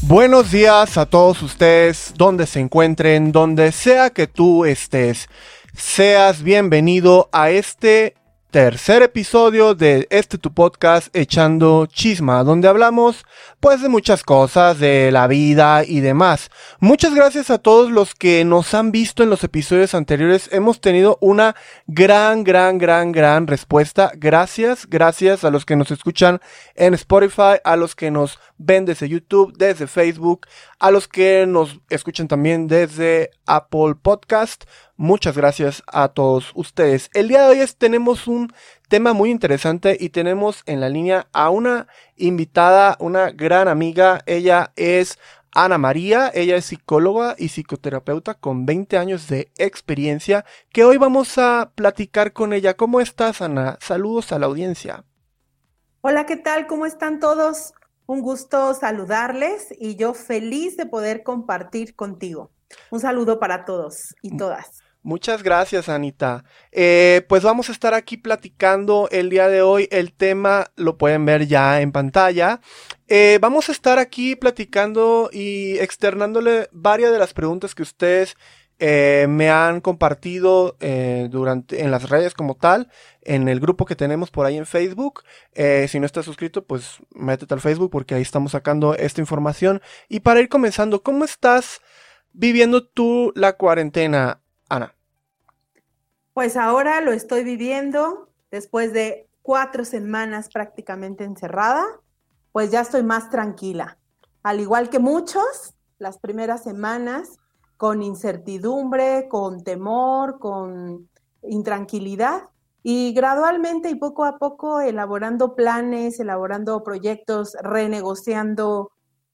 Buenos días a todos ustedes, donde se encuentren, donde sea que tú estés. Seas bienvenido a este tercer episodio de tu podcast Echando Chisma, donde hablamos pues de muchas cosas, de la vida y demás. Muchas gracias a todos los que nos han visto en los episodios anteriores. Hemos tenido una gran respuesta. Gracias a los que nos escuchan en Spotify, a los que nos ven desde YouTube, desde Facebook, a los que nos escuchan también desde Apple Podcast. Muchas gracias a todos ustedes. El día de hoy tenemos un tema muy interesante y tenemos en la línea a una invitada, una gran amiga. Ella es Ana María, ella es psicóloga y psicoterapeuta con 20 años de experiencia, que hoy vamos a platicar con ella. ¿Cómo estás, Ana? Saludos a la audiencia. Hola, ¿qué tal? ¿Cómo están todos? Un gusto saludarles y yo feliz de poder compartir contigo. Un saludo para todos y todas. Muchas gracias, Anita. Pues vamos a estar aquí platicando el día de hoy. El tema lo pueden ver ya en pantalla. Vamos a estar aquí platicando y externándole varias de las preguntas que ustedes me han compartido en las redes como tal, en el grupo que tenemos por ahí en Facebook. Si no estás suscrito, pues métete al Facebook porque ahí estamos sacando esta información. Y para ir comenzando, ¿cómo estás viviendo tú la cuarentena, Ana? Pues ahora lo estoy viviendo después de 4 semanas prácticamente encerrada, pues ya estoy más tranquila. Al igual que muchos, las primeras semanas con incertidumbre, con temor, con intranquilidad y gradualmente y poco a poco elaborando planes, elaborando proyectos, renegociando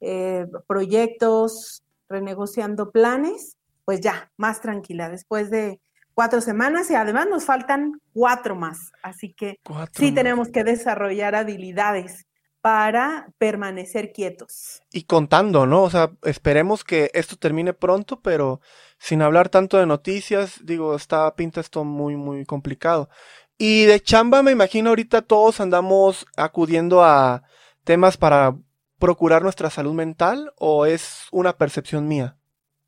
proyectos, renegociando planes, pues ya, más tranquila después de 4 semanas y además nos faltan 4 más, así que sí tenemos que desarrollar habilidades para permanecer quietos. Y contando, ¿no? O sea, esperemos que esto termine pronto, pero sin hablar tanto de noticias, digo, pinta esto muy complicado. Y de chamba, me imagino ahorita todos andamos acudiendo a temas para procurar nuestra salud mental, ¿o es una percepción mía?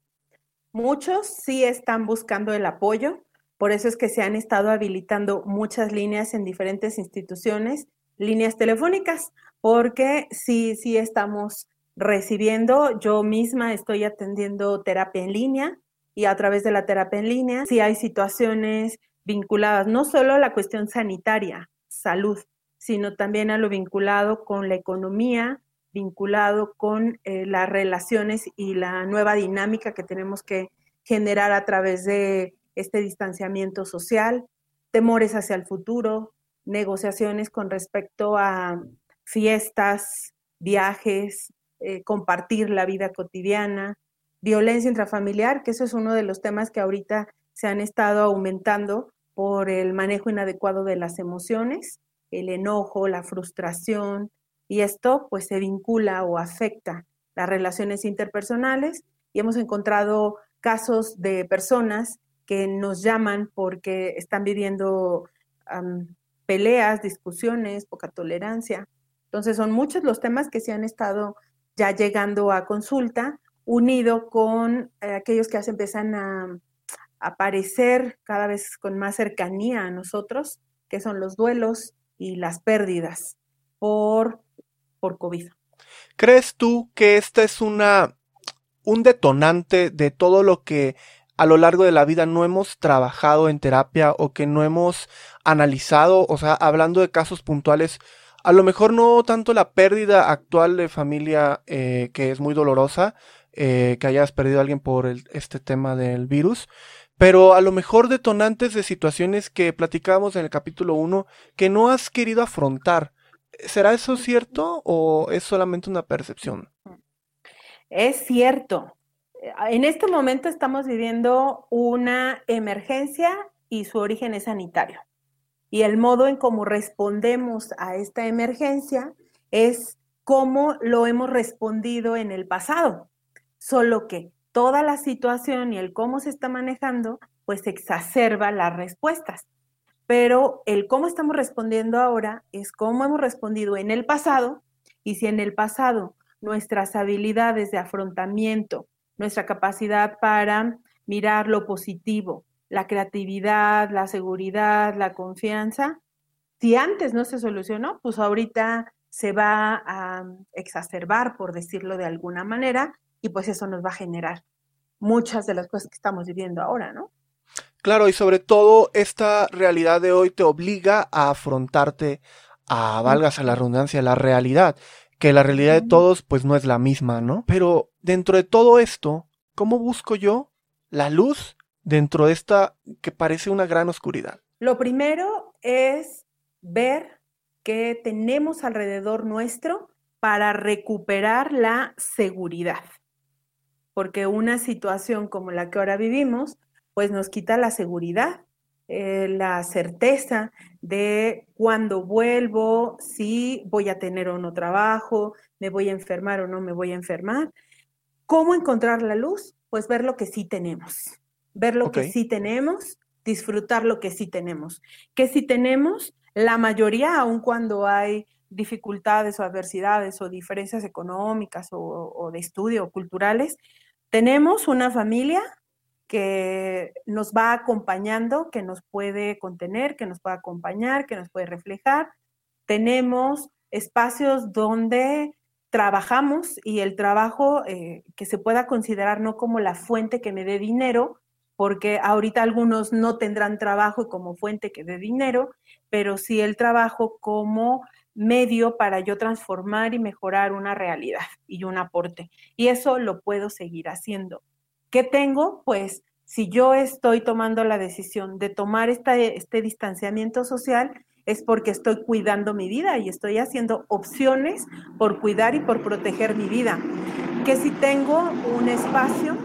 Muchos sí están buscando el apoyo, por eso es que se han estado habilitando muchas líneas en diferentes instituciones, líneas telefónicas, porque sí estamos recibiendo, yo misma estoy atendiendo terapia en línea y a través de la terapia en línea sí hay situaciones vinculadas no solo a la cuestión sanitaria, salud, sino también a lo vinculado con la economía, vinculado con las relaciones y la nueva dinámica que tenemos que generar a través de este distanciamiento social, temores hacia el futuro, negociaciones con respecto a fiestas, viajes, compartir la vida cotidiana, violencia intrafamiliar, que eso es uno de los temas que ahorita se han estado aumentando por el manejo inadecuado de las emociones, el enojo, la frustración, y esto pues se vincula o afecta las relaciones interpersonales y hemos encontrado casos de personas que nos llaman porque están viviendo peleas, discusiones, poca tolerancia. Entonces son muchos los temas que se han estado ya llegando a consulta, unido con aquellos que se empiezan a aparecer cada vez con más cercanía a nosotros, que son los duelos y las pérdidas por COVID. ¿Crees tú que esta es un detonante de todo lo que a lo largo de la vida no hemos trabajado en terapia o que no hemos analizado? O sea, hablando de casos puntuales, a lo mejor no tanto la pérdida actual de familia, que es muy dolorosa, que hayas perdido a alguien por este tema del virus, pero a lo mejor detonantes de situaciones que platicábamos en el capítulo 1 que no has querido afrontar. ¿Será eso cierto o es solamente una percepción? Es cierto. En este momento estamos viviendo una emergencia y su origen es sanitario. Y el modo en cómo respondemos a esta emergencia es cómo lo hemos respondido en el pasado. Solo que toda la situación y el cómo se está manejando, pues exacerba las respuestas. Pero el cómo estamos respondiendo ahora es cómo hemos respondido en el pasado, y si en el pasado nuestras habilidades de afrontamiento, nuestra capacidad para mirar lo positivo, la creatividad, la seguridad, la confianza, si antes no se solucionó, pues ahorita se va a exacerbar, por decirlo de alguna manera, y pues eso nos va a generar muchas de las cosas que estamos viviendo ahora, ¿no? Claro, y sobre todo esta realidad de hoy te obliga a afrontarte a, valgas a la redundancia, la realidad, que la realidad de todos pues no es la misma, ¿no? Pero dentro de todo esto, ¿cómo busco yo la luz dentro de esta que parece una gran oscuridad? Lo primero es ver qué tenemos alrededor nuestro para recuperar la seguridad, porque una situación como la que ahora vivimos, pues nos quita la seguridad, la certeza de cuándo vuelvo, si voy a tener o no trabajo, me voy a enfermar o no me voy a enfermar. ¿Cómo encontrar la luz? Pues ver lo que sí tenemos, ver lo que sí tenemos, disfrutar lo que sí tenemos. Que si tenemos, la mayoría, aun cuando hay dificultades o adversidades o diferencias económicas o de estudio o culturales, tenemos una familia que nos va acompañando, que nos puede contener, que nos puede acompañar, que nos puede reflejar. Tenemos espacios donde trabajamos y el trabajo que se pueda considerar no como la fuente que me dé dinero, porque ahorita algunos no tendrán trabajo como fuente que dé dinero, pero sí el trabajo como medio para yo transformar y mejorar una realidad y un aporte. Y eso lo puedo seguir haciendo. ¿Qué tengo? Pues si yo estoy tomando la decisión de tomar este distanciamiento social, es porque estoy cuidando mi vida y estoy haciendo opciones por cuidar y por proteger mi vida. Que si tengo un espacio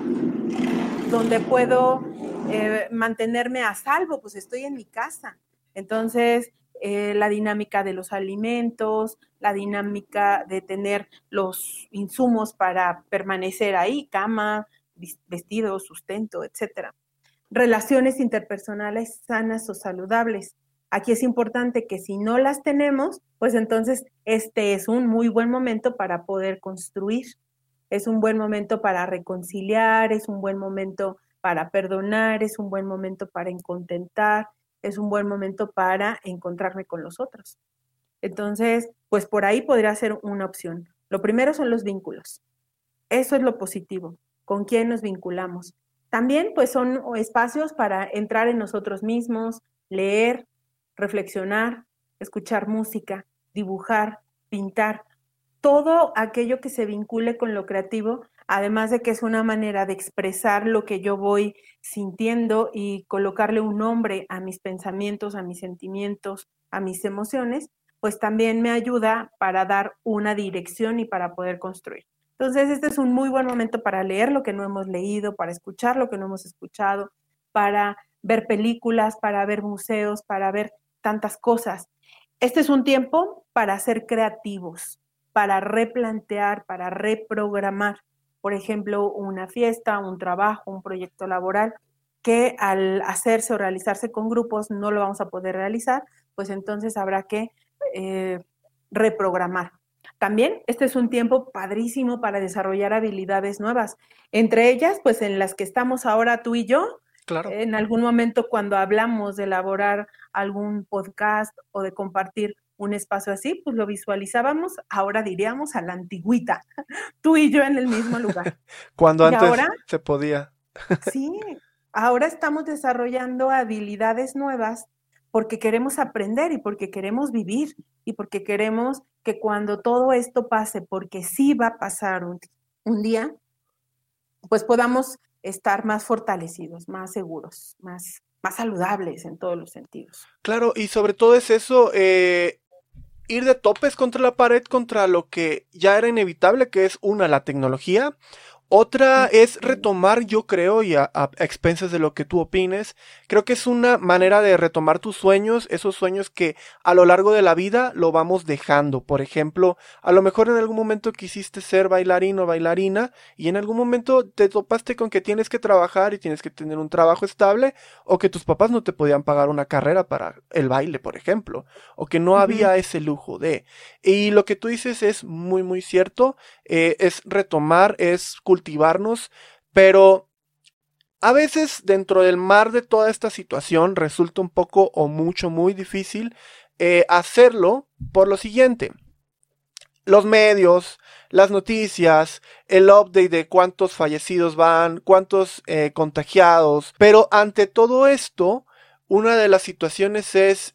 donde puedo mantenerme a salvo, pues estoy en mi casa. Entonces, la dinámica de los alimentos, la dinámica de tener los insumos para permanecer ahí, cama, vestido, sustento, etcétera. Relaciones interpersonales sanas o saludables. Aquí es importante que si no las tenemos, pues entonces este es un muy buen momento para poder construir. Es un buen momento para reconciliar, es un buen momento para perdonar, es un buen momento para contentar, es un buen momento para encontrarme con los otros. Entonces, pues por ahí podría ser una opción. Lo primero son los vínculos. Eso es lo positivo. ¿Con quién nos vinculamos? También, pues son espacios para entrar en nosotros mismos, leer, reflexionar, escuchar música, dibujar, pintar, todo aquello que se vincule con lo creativo, además de que es una manera de expresar lo que yo voy sintiendo y colocarle un nombre a mis pensamientos, a mis sentimientos, a mis emociones, pues también me ayuda para dar una dirección y para poder construir. Entonces, este es un muy buen momento para leer lo que no hemos leído, para escuchar lo que no hemos escuchado, para ver películas, para ver museos, para ver tantas cosas. Este es un tiempo para ser creativos, para replantear, para reprogramar, por ejemplo, una fiesta, un trabajo, un proyecto laboral, que al hacerse o realizarse con grupos no lo vamos a poder realizar, pues entonces habrá que reprogramar. También este es un tiempo padrísimo para desarrollar habilidades nuevas, entre ellas, pues en las que estamos ahora tú y yo. Claro. En algún momento cuando hablamos de elaborar algún podcast o de compartir un espacio así, pues lo visualizábamos, ahora diríamos a la antigüita, tú y yo en el mismo lugar. Cuando y antes ahora, se podía. sí, ahora estamos desarrollando habilidades nuevas porque queremos aprender y porque queremos vivir y porque queremos que cuando todo esto pase, porque sí va a pasar un día, pues podamos estar más fortalecidos, más seguros, más saludables en todos los sentidos. Claro, y sobre todo es eso, ir de topes contra la pared, contra lo que ya era inevitable, que es una, la tecnología, Otra es retomar, yo creo, y a expensas de lo que tú opines, creo que es una manera de retomar tus sueños, esos sueños que a lo largo de la vida lo vamos dejando. Por ejemplo, a lo mejor en algún momento quisiste ser bailarín o bailarina y en algún momento te topaste con que tienes que trabajar y tienes que tener un trabajo estable o que tus papás no te podían pagar una carrera para el baile, por ejemplo, o que no Ujú. había ese lujo de. Y lo que tú dices es muy, muy cierto, es retomar, es cultivarnos, pero a veces dentro del mar de toda esta situación resulta un poco o mucho muy difícil hacerlo por lo siguiente. Los medios, las noticias, el update de cuántos fallecidos van, cuántos contagiados, pero ante todo esto, una de las situaciones es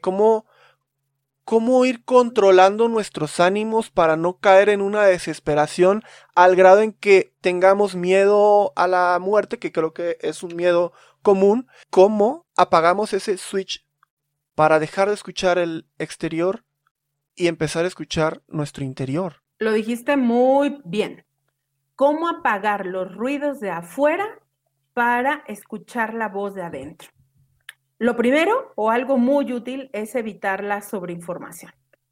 cómo ir controlando nuestros ánimos para no caer en una desesperación al grado en que tengamos miedo a la muerte, que creo que es un miedo común. ¿Cómo apagamos ese switch para dejar de escuchar el exterior y empezar a escuchar nuestro interior? Lo dijiste muy bien. ¿Cómo apagar los ruidos de afuera para escuchar la voz de adentro? Lo primero, o algo muy útil, es evitar la sobreinformación.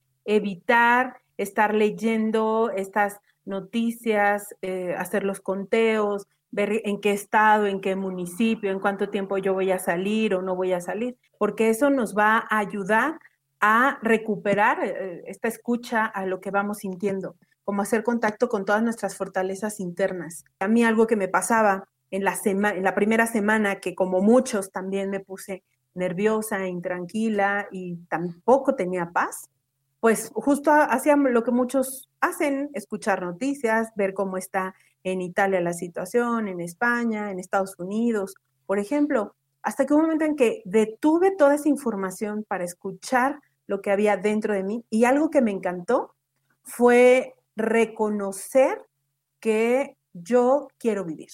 Evitar estar leyendo estas noticias, hacer los conteos, ver en qué estado, en qué municipio, en cuánto tiempo yo voy a salir o no voy a salir, porque eso nos va a ayudar a recuperar esta escucha a lo que vamos sintiendo, como hacer contacto con todas nuestras fortalezas internas. A mí algo que me pasaba en la primera semana, que como muchos también me puse nerviosa, intranquila y tampoco tenía paz, pues justo hacían lo que muchos hacen, escuchar noticias, ver cómo está en Italia la situación, en España, en Estados Unidos, por ejemplo, hasta que un momento en que detuve toda esa información para escuchar lo que había dentro de mí y algo que me encantó fue reconocer que yo quiero vivir.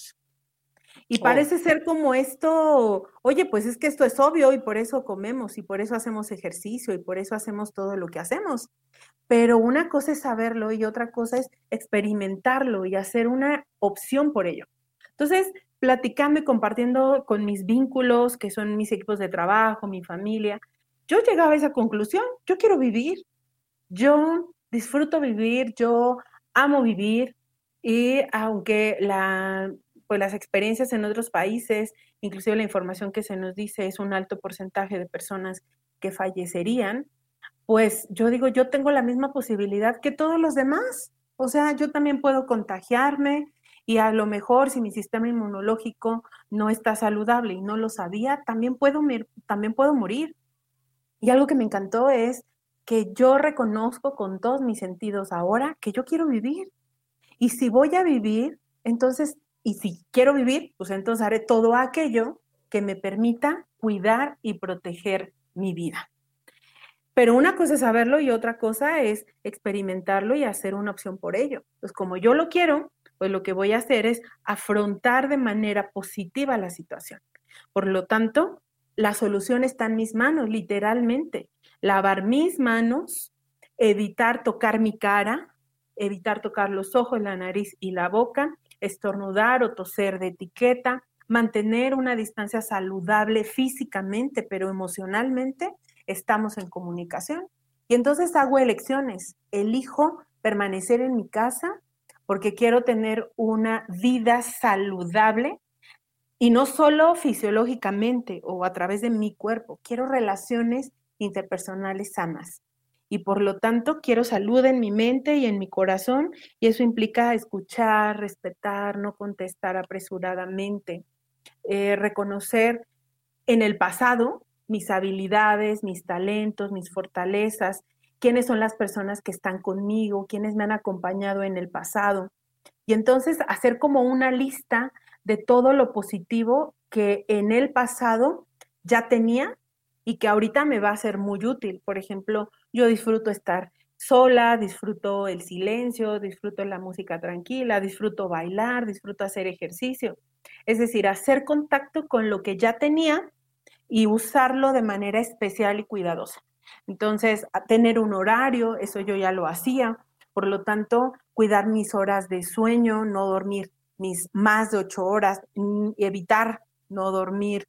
Y Oh, parece ser como esto, oye, pues es que esto es obvio y por eso comemos y por eso hacemos ejercicio y por eso hacemos todo lo que hacemos. Pero una cosa es saberlo y otra cosa es experimentarlo y hacer una opción por ello. Entonces, platicando y compartiendo con mis vínculos, que son mis equipos de trabajo, mi familia, yo llegaba a esa conclusión, yo quiero vivir, yo disfruto vivir, yo amo vivir y aunque pues las experiencias en otros países, inclusive la información que se nos dice es un alto porcentaje de personas que fallecerían, pues yo digo, yo tengo la misma posibilidad que todos los demás. O sea, yo también puedo contagiarme y a lo mejor si mi sistema inmunológico no está saludable y no lo sabía, también puedo morir. Y algo que me encantó es que yo reconozco con todos mis sentidos ahora que yo quiero vivir. Y si voy a vivir, entonces, y si quiero vivir, pues entonces haré todo aquello que me permita cuidar y proteger mi vida. Pero una cosa es saberlo y otra cosa es experimentarlo y hacer una opción por ello. Pues como yo lo quiero, pues lo que voy a hacer es afrontar de manera positiva la situación. Por lo tanto, la solución está en mis manos, literalmente. Lavar mis manos, evitar tocar mi cara, evitar tocar los ojos, la nariz y la boca, estornudar o toser de etiqueta, mantener una distancia saludable físicamente, pero emocionalmente estamos en comunicación. Y entonces hago elecciones. Elijo permanecer en mi casa porque quiero tener una vida saludable y no solo fisiológicamente o a través de mi cuerpo. Quiero relaciones interpersonales sanas. Y por lo tanto, quiero salud en mi mente y en mi corazón, y eso implica escuchar, respetar, no contestar apresuradamente, reconocer en el pasado mis habilidades, mis talentos, mis fortalezas, quiénes son las personas que están conmigo, quiénes me han acompañado en el pasado. Y entonces hacer como una lista de todo lo positivo que en el pasado ya tenía y que ahorita me va a ser muy útil. Por ejemplo, yo disfruto estar sola, disfruto el silencio, disfruto la música tranquila, disfruto bailar, disfruto hacer ejercicio. Es decir, hacer contacto con lo que ya tenía y usarlo de manera especial y cuidadosa. Entonces, a tener un horario, eso yo ya lo hacía, por lo tanto, cuidar mis horas de sueño, no dormir mis más de 8 horas, evitar no dormir,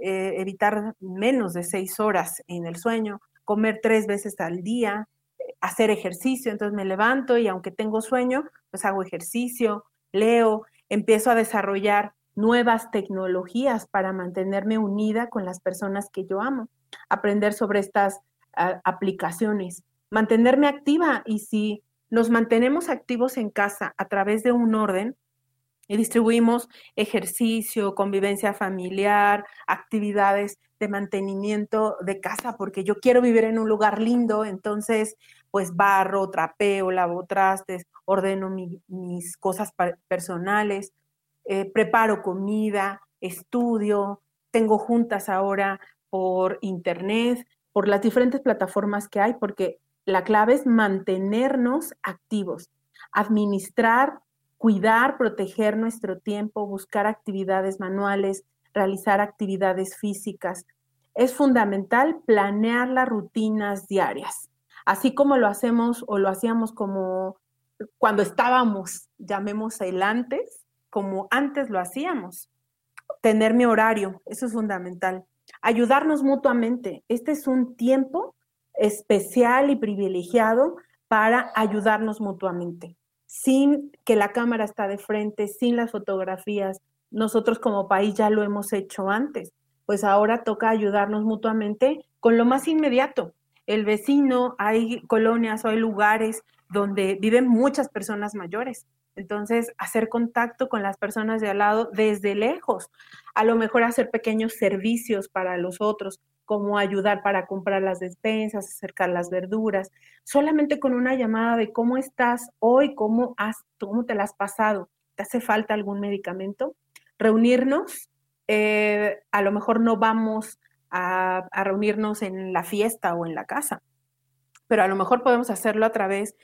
evitar menos de 6 horas en el sueño, comer 3 veces al día, hacer ejercicio. Entonces me levanto y aunque tengo sueño, pues hago ejercicio, leo, empiezo a desarrollar nuevas tecnologías para mantenerme unida con las personas que yo amo, aprender sobre estas aplicaciones, mantenerme activa. Y si nos mantenemos activos en casa a través de un orden y distribuimos ejercicio, convivencia familiar, actividades de mantenimiento de casa, porque yo quiero vivir en un lugar lindo, entonces pues barro, trapeo, lavo trastes, ordeno mis cosas personales, preparo comida, estudio, tengo juntas ahora por internet, por las diferentes plataformas que hay, porque la clave es mantenernos activos, administrar, cuidar, proteger nuestro tiempo, buscar actividades manuales, realizar actividades físicas. Es fundamental planear las rutinas diarias, así como lo hacemos o lo hacíamos como cuando estábamos, llamemos el antes, como antes lo hacíamos. Tener mi horario, eso es fundamental. Ayudarnos mutuamente. Este es un tiempo especial y privilegiado para ayudarnos mutuamente. Sin que la cámara está de frente, sin las fotografías. Nosotros como país ya lo hemos hecho antes. Pues ahora toca ayudarnos mutuamente con lo más inmediato. El vecino, hay colonias o hay lugares donde viven muchas personas mayores. Entonces, hacer contacto con las personas de al lado desde lejos, a lo mejor hacer pequeños servicios para los otros, como ayudar para comprar las despensas, acercar las verduras, solamente con una llamada de cómo estás hoy, cómo te la has pasado, ¿te hace falta algún medicamento? Reunirnos, a lo mejor no vamos a reunirnos en la fiesta o en la casa, pero a lo mejor podemos hacerlo a través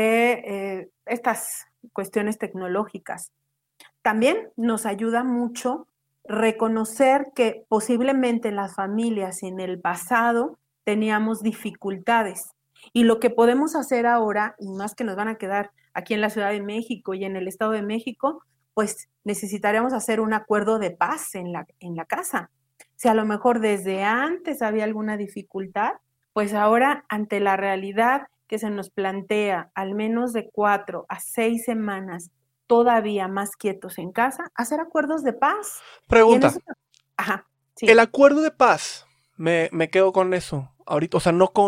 de estas cuestiones tecnológicas. También nos ayuda mucho reconocer que posiblemente en las familias y en el pasado teníamos dificultades. Y lo que podemos hacer ahora, y más que nos van a quedar aquí en la Ciudad de México y en el Estado de México, pues necesitaríamos hacer un acuerdo de paz en la casa. Si a lo mejor desde antes había alguna dificultad, pues ahora ante la realidad que se nos plantea al menos de 4 a 6 semanas todavía más quietos en casa, hacer acuerdos de paz. Y en Pregunta, eso, ajá, el sí. acuerdo de paz, me quedo con eso ahorita,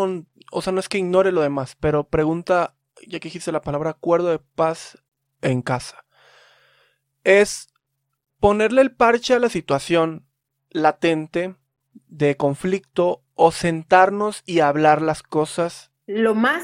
o sea, no es que ignore lo demás, pero pregunta, ya que dijiste la palabra acuerdo de paz en casa, es ponerle el parche a la situación latente de conflicto o sentarnos y hablar las cosas. Lo más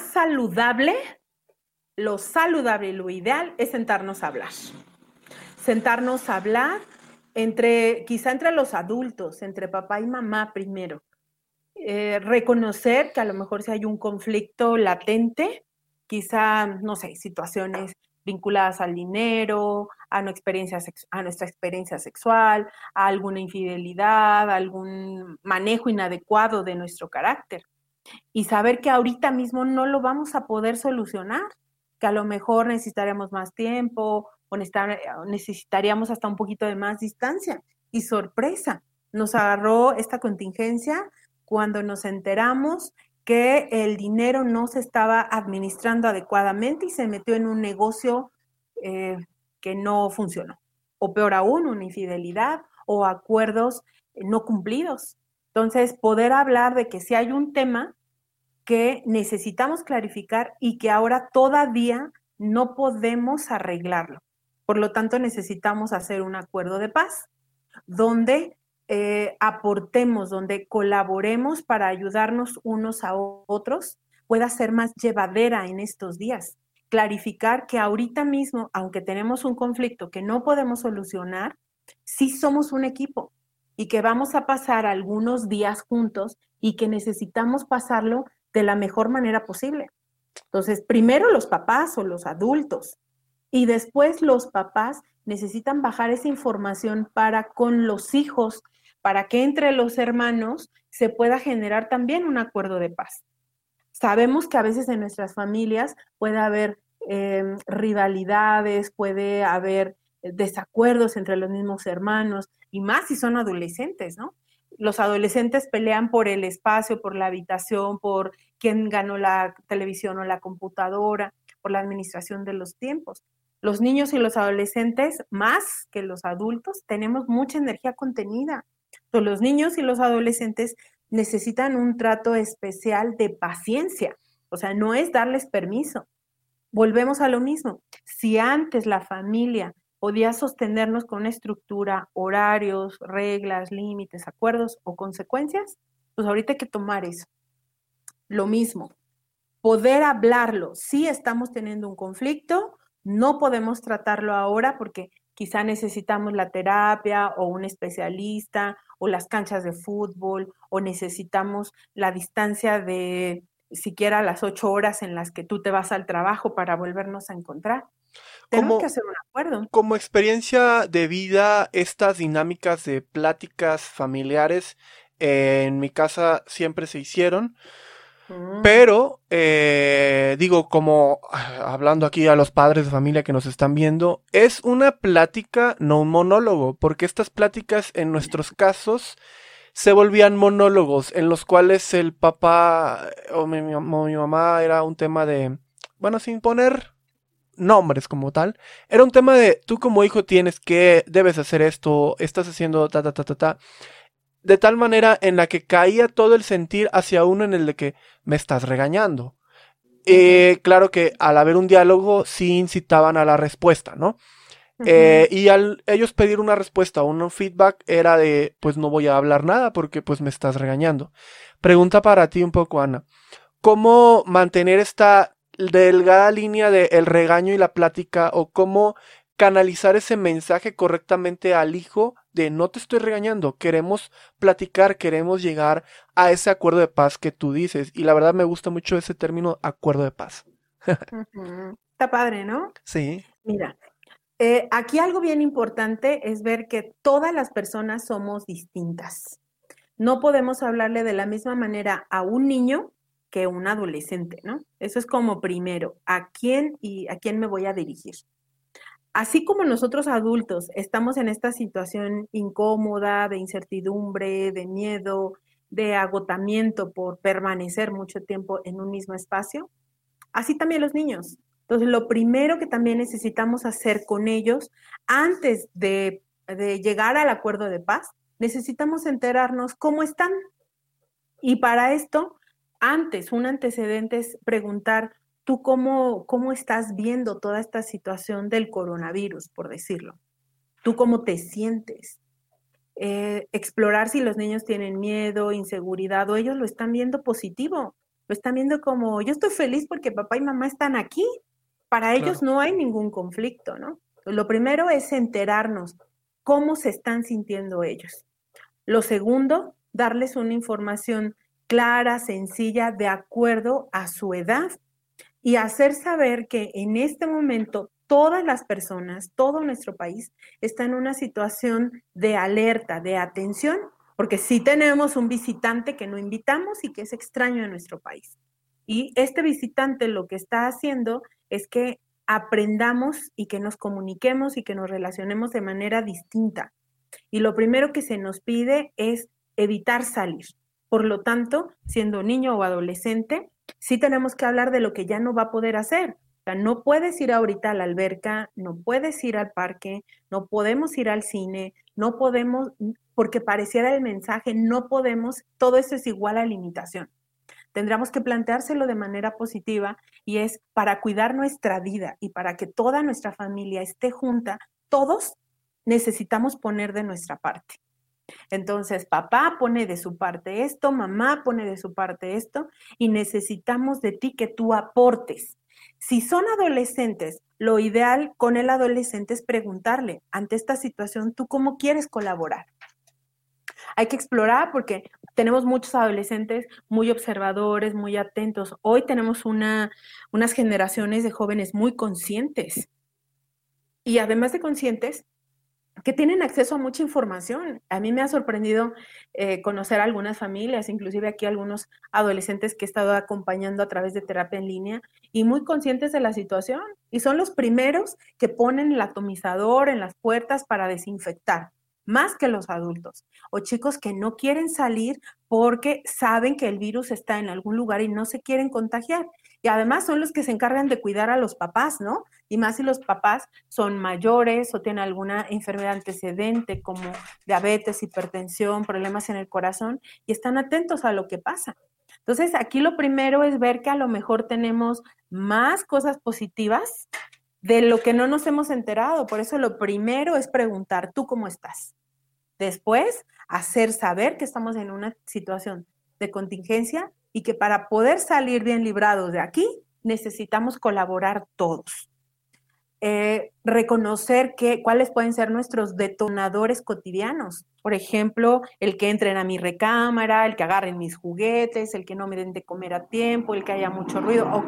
saludable y lo ideal es sentarnos a hablar. Sentarnos a hablar quizá entre los adultos, entre papá y mamá primero. Reconocer que a lo mejor si hay un conflicto latente, quizá, no sé, situaciones vinculadas al dinero, a nuestra experiencia sexual, a alguna infidelidad, a algún manejo inadecuado de nuestro carácter. Y saber que ahorita mismo no lo vamos a poder solucionar, que a lo mejor necesitaremos más tiempo o necesitaríamos hasta un poquito de más distancia. Y sorpresa, nos agarró esta contingencia cuando nos enteramos que el dinero no se estaba administrando adecuadamente y se metió en un negocio que no funcionó. O peor aún, una infidelidad o acuerdos no cumplidos. Entonces, poder hablar de que si hay un tema que necesitamos clarificar y que ahora todavía no podemos arreglarlo. Por lo tanto, necesitamos hacer un acuerdo de paz donde aportemos, donde colaboremos para ayudarnos unos a otros, pueda ser más llevadera en estos días. Clarificar que ahorita mismo, aunque tenemos un conflicto que no podemos solucionar, sí somos un equipo y que vamos a pasar algunos días juntos y que necesitamos pasarlo de la mejor manera posible. Entonces, primero los papás o los adultos y después los papás necesitan bajar esa información para con los hijos, para que entre los hermanos se pueda generar también un acuerdo de paz. Sabemos que a veces en nuestras familias puede haber rivalidades, puede haber desacuerdos entre los mismos hermanos, y más si son adolescentes, ¿no? Los adolescentes pelean por el espacio, por la habitación, por quién ganó la televisión o la computadora, por la administración de los tiempos. Los niños y los adolescentes, más que los adultos, tenemos mucha energía contenida. Entonces, los niños y los adolescentes necesitan un trato especial de paciencia. O sea, no es darles permiso. Volvemos a lo mismo. Si antes la familia podía sostenernos con una estructura, horarios, reglas, límites, acuerdos o consecuencias, pues ahorita hay que tomar eso. Lo mismo, poder hablarlo. Si estamos teniendo un conflicto, no podemos tratarlo ahora porque quizá necesitamos la terapia o un especialista o las canchas de fútbol o necesitamos la distancia de siquiera las 8 horas en las que tú te vas al trabajo para volvernos a encontrar. Tenemos que Como, hacer un acuerdo. como experiencia de vida, estas dinámicas de pláticas familiares en mi casa siempre se hicieron. Pero, digo, como hablando aquí a los padres de familia que nos están viendo, es una plática, no un monólogo, porque estas pláticas en nuestros casos se volvían monólogos en los cuales el papá o mi mamá era un tema de, bueno, sin poner nombres como tal, era un tema de tú como hijo tienes que, debes hacer esto, estás haciendo ta ta ta ta ta, de tal manera en la que caía todo el sentir hacia uno en el de que me estás regañando. Claro que al haber un diálogo sí incitaban a la respuesta, ¿no? Y al ellos pedir una respuesta o un feedback era de, pues no voy a hablar nada porque pues me estás regañando. Pregunta para ti un poco, Ana. ¿Cómo mantener esta delgada línea de el regaño y la plática o cómo canalizar ese mensaje correctamente al hijo de no te estoy regañando, queremos platicar, queremos llegar a ese acuerdo de paz que tú dices? Y la verdad me gusta mucho ese término acuerdo de paz. Está padre, ¿no? Sí, Mira, aquí algo bien importante es ver que todas las personas somos distintas. No podemos hablarle de la misma manera a un niño que a un adolescente, ¿no? Eso es como primero, a quién me voy a dirigir. Así como nosotros adultos estamos en esta situación incómoda, de incertidumbre, de miedo, de agotamiento por permanecer mucho tiempo en un mismo espacio, así también los niños. Entonces, lo primero que también necesitamos hacer con ellos, antes de llegar al acuerdo de paz, necesitamos enterarnos cómo están. Y para esto, un antecedente es preguntar, ¿tú cómo estás viendo toda esta situación del coronavirus, por decirlo? ¿Tú cómo te sientes? Explorar si los niños tienen miedo, inseguridad, o ellos lo están viendo positivo, lo están viendo como, yo estoy feliz porque papá y mamá están aquí. Para ellos claro. no hay ningún conflicto, ¿no? Pues lo primero es enterarnos cómo se están sintiendo ellos. Lo segundo, darles una información clara, sencilla, de acuerdo a su edad y hacer saber que en este momento todas las personas, todo nuestro país está en una situación de alerta, de atención, porque sí tenemos un visitante que no invitamos y que es extraño en nuestro país. Y este visitante lo que está haciendo es que aprendamos y que nos comuniquemos y que nos relacionemos de manera distinta. Y lo primero que se nos pide es evitar salir. Por lo tanto, siendo niño o adolescente, sí tenemos que hablar de lo que ya no va a poder hacer. O sea, no puedes ir ahorita a la alberca, no puedes ir al parque, no podemos ir al cine, no podemos, porque pareciera el mensaje, no podemos, todo eso es igual a limitación. Tendríamos que planteárselo de manera positiva y es para cuidar nuestra vida y para que toda nuestra familia esté junta, todos necesitamos poner de nuestra parte. Entonces, papá pone de su parte esto, mamá pone de su parte esto, y necesitamos de ti que tú aportes. Si son adolescentes, lo ideal con el adolescente es preguntarle, ante esta situación, ¿tú cómo quieres colaborar? Hay que explorar porque tenemos muchos adolescentes muy observadores, muy atentos. Hoy tenemos unas generaciones de jóvenes muy conscientes. Y además de conscientes, que tienen acceso a mucha información. A mí me ha sorprendido conocer algunas familias, inclusive aquí algunos adolescentes que he estado acompañando a través de terapia en línea y muy conscientes de la situación. Y son los primeros que ponen el atomizador en las puertas para desinfectar, más que los adultos. O chicos que no quieren salir porque saben que el virus está en algún lugar y no se quieren contagiar. Y además son los que se encargan de cuidar a los papás, ¿no? Y más si los papás son mayores o tienen alguna enfermedad antecedente como diabetes, hipertensión, problemas en el corazón y están atentos a lo que pasa. Entonces, aquí lo primero es ver que a lo mejor tenemos más cosas positivas de lo que no nos hemos enterado. Por eso lo primero es preguntar, ¿tú cómo estás? Después, hacer saber que estamos en una situación de contingencia y que para poder salir bien librados de aquí, necesitamos colaborar todos. Reconocer cuáles pueden ser nuestros detonadores cotidianos. Por ejemplo, el que entren a mi recámara, el que agarren mis juguetes, el que no me den de comer a tiempo, el que haya mucho ruido. Ok,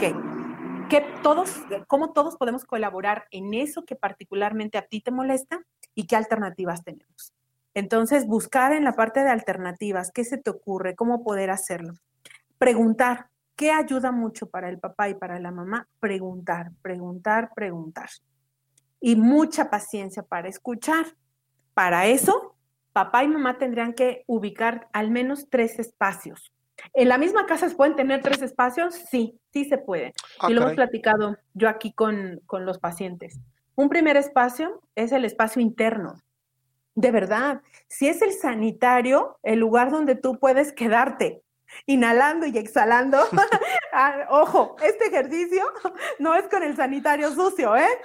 ¿cómo todos podemos colaborar en eso que particularmente a ti te molesta y qué alternativas tenemos? Entonces, buscar en la parte de alternativas, ¿qué se te ocurre? ¿Cómo poder hacerlo? Preguntar. ¿Qué ayuda mucho para el papá y para la mamá? Preguntar, preguntar, preguntar. Y mucha paciencia para escuchar. Para eso, papá y mamá tendrían que ubicar al menos 3 espacios. ¿En la misma casa se pueden tener 3 espacios? Sí, sí se puede. Ah, Y lo hemos caray. platicado yo aquí con los pacientes. Un primer espacio es el espacio interno. De verdad, si es el sanitario, el lugar donde tú puedes quedarte, inhalando y exhalando. Ojo, este ejercicio no es con el sanitario sucio, ¿eh?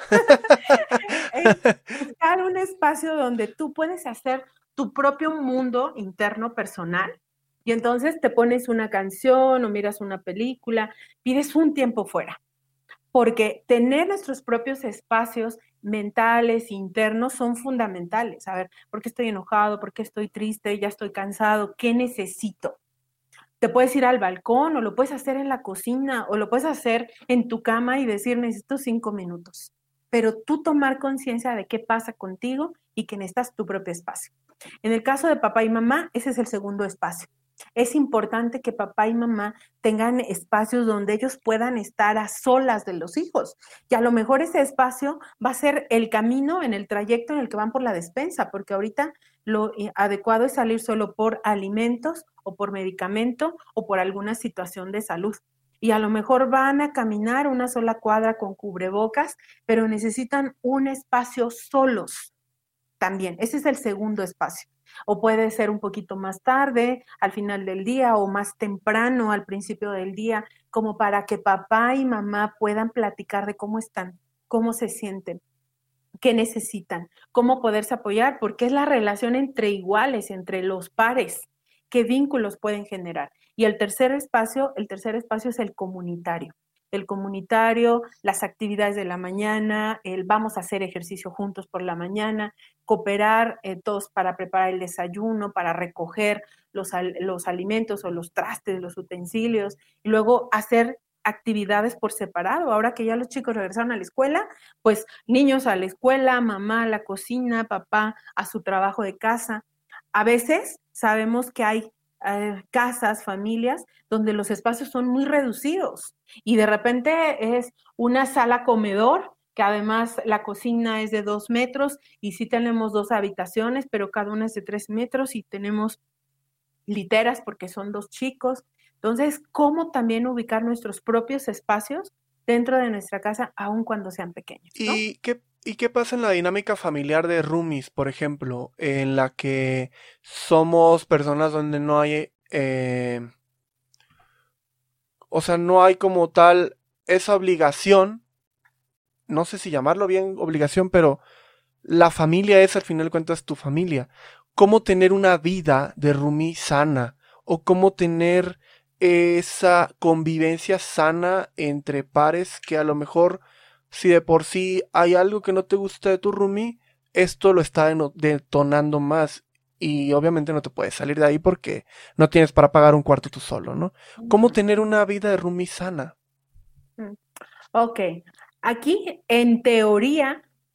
Es buscar un espacio donde tú puedes hacer tu propio mundo interno personal y entonces te pones una canción o miras una película, pides un tiempo fuera. Porque tener nuestros propios espacios mentales, internos, son fundamentales. A ver, ¿por qué estoy enojado? ¿Por qué estoy triste? ¿Ya estoy cansado? ¿Qué necesito? Te puedes ir al balcón o lo puedes hacer en la cocina o lo puedes hacer en tu cama y decir, necesito 5 minutos. Pero tú tomar conciencia de qué pasa contigo y que necesitas tu propio espacio. En el caso de papá y mamá, ese es el segundo espacio. Es importante que papá y mamá tengan espacios donde ellos puedan estar a solas de los hijos. Y a lo mejor ese espacio va a ser el camino en el trayecto en el que van por la despensa, porque ahorita lo adecuado es salir solo por alimentos o por medicamento o por alguna situación de salud. Y a lo mejor van a caminar una sola cuadra con cubrebocas, pero necesitan un espacio solos también. Ese es el segundo espacio. O puede ser un poquito más tarde, al final del día, o más temprano, al principio del día, como para que papá y mamá puedan platicar de cómo están, cómo se sienten, qué necesitan, cómo poderse apoyar, porque es la relación entre iguales, entre los pares, qué vínculos pueden generar. Y el tercer espacio es el comunitario. El comunitario, las actividades de la mañana, el vamos a hacer ejercicio juntos por la mañana, cooperar todos para preparar el desayuno, para recoger los alimentos o los trastes, los utensilios, y luego hacer actividades por separado. Ahora que ya los chicos regresaron a la escuela, pues niños a la escuela, mamá a la cocina, papá a su trabajo de casa. A veces sabemos que hay casas, familias, donde los espacios son muy reducidos y de repente es una sala comedor, que además la cocina es de 2 metros y sí tenemos 2 habitaciones, pero cada una es de 3 metros y tenemos literas porque son 2 chicos. Entonces, ¿cómo también ubicar nuestros propios espacios dentro de nuestra casa, aun cuando sean pequeños, ¿no? ¿Y qué pasa en la dinámica familiar de roomies, por ejemplo, en la que somos personas donde no hay, o sea, no hay como tal esa obligación, no sé si llamarlo bien obligación, pero la familia es al final de cuentas tu familia. ¿Cómo tener una vida de roomie sana? ¿O cómo tener esa convivencia sana entre pares que a lo mejor, si de por sí hay algo que no te gusta de tu roomie, esto lo está detonando más y obviamente no te puedes salir de ahí porque no tienes para pagar un cuarto tú solo, ¿no? ¿Cómo tener una vida de roomie sana? Ok, aquí en teoría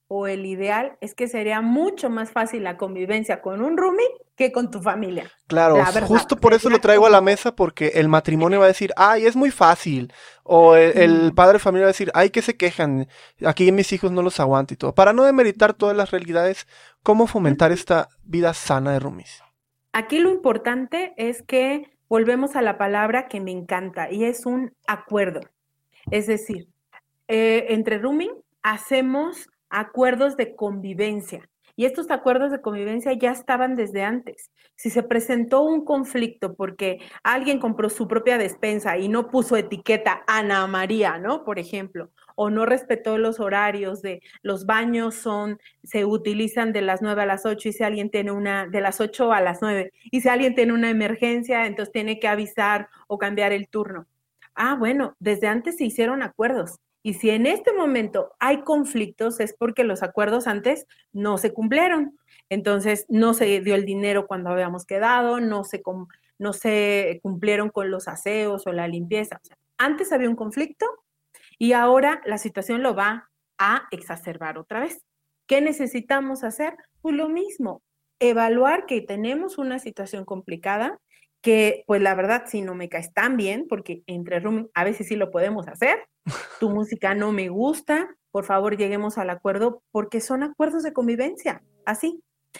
o el ideal es que sería mucho más fácil la convivencia con un roomie que con tu familia. Claro, La verdad, justo por eso lo sería traigo a la como, mesa porque el matrimonio va a decir, ay, es muy fácil. O el mm, padre de familia va a decir, ay, que se quejan. Aquí mis hijos no los aguanto y todo. Para no demeritar todas las realidades, ¿cómo fomentar mm. esta vida sana de roomies? Aquí lo importante es que volvemos a la palabra que me encanta y es un acuerdo. Es decir, entre rooming hacemos acuerdos de convivencia y estos acuerdos de convivencia ya estaban desde antes. Si se presentó un conflicto porque alguien compró su propia despensa y no puso etiqueta Ana María, ¿no? Por ejemplo, o no respetó los horarios de los baños se utilizan de las 9 a las 8 y si alguien tiene de las 8 a las 9 y si alguien tiene una emergencia, entonces tiene que avisar o cambiar el turno. Ah, bueno, desde antes se hicieron acuerdos. Y si en este momento hay conflictos es porque los acuerdos antes no se cumplieron. Entonces, no se dio el dinero cuando habíamos quedado, no se cumplieron con los aseos o la limpieza. O sea, antes había un conflicto y ahora la situación lo va a exacerbar otra vez. ¿Qué necesitamos hacer? Pues lo mismo, evaluar que tenemos una situación complicada, que pues la verdad si no me caes tan bien, porque entre rooming a veces sí lo podemos hacer, tu música no me gusta, por favor lleguemos al acuerdo, porque son acuerdos de convivencia, así.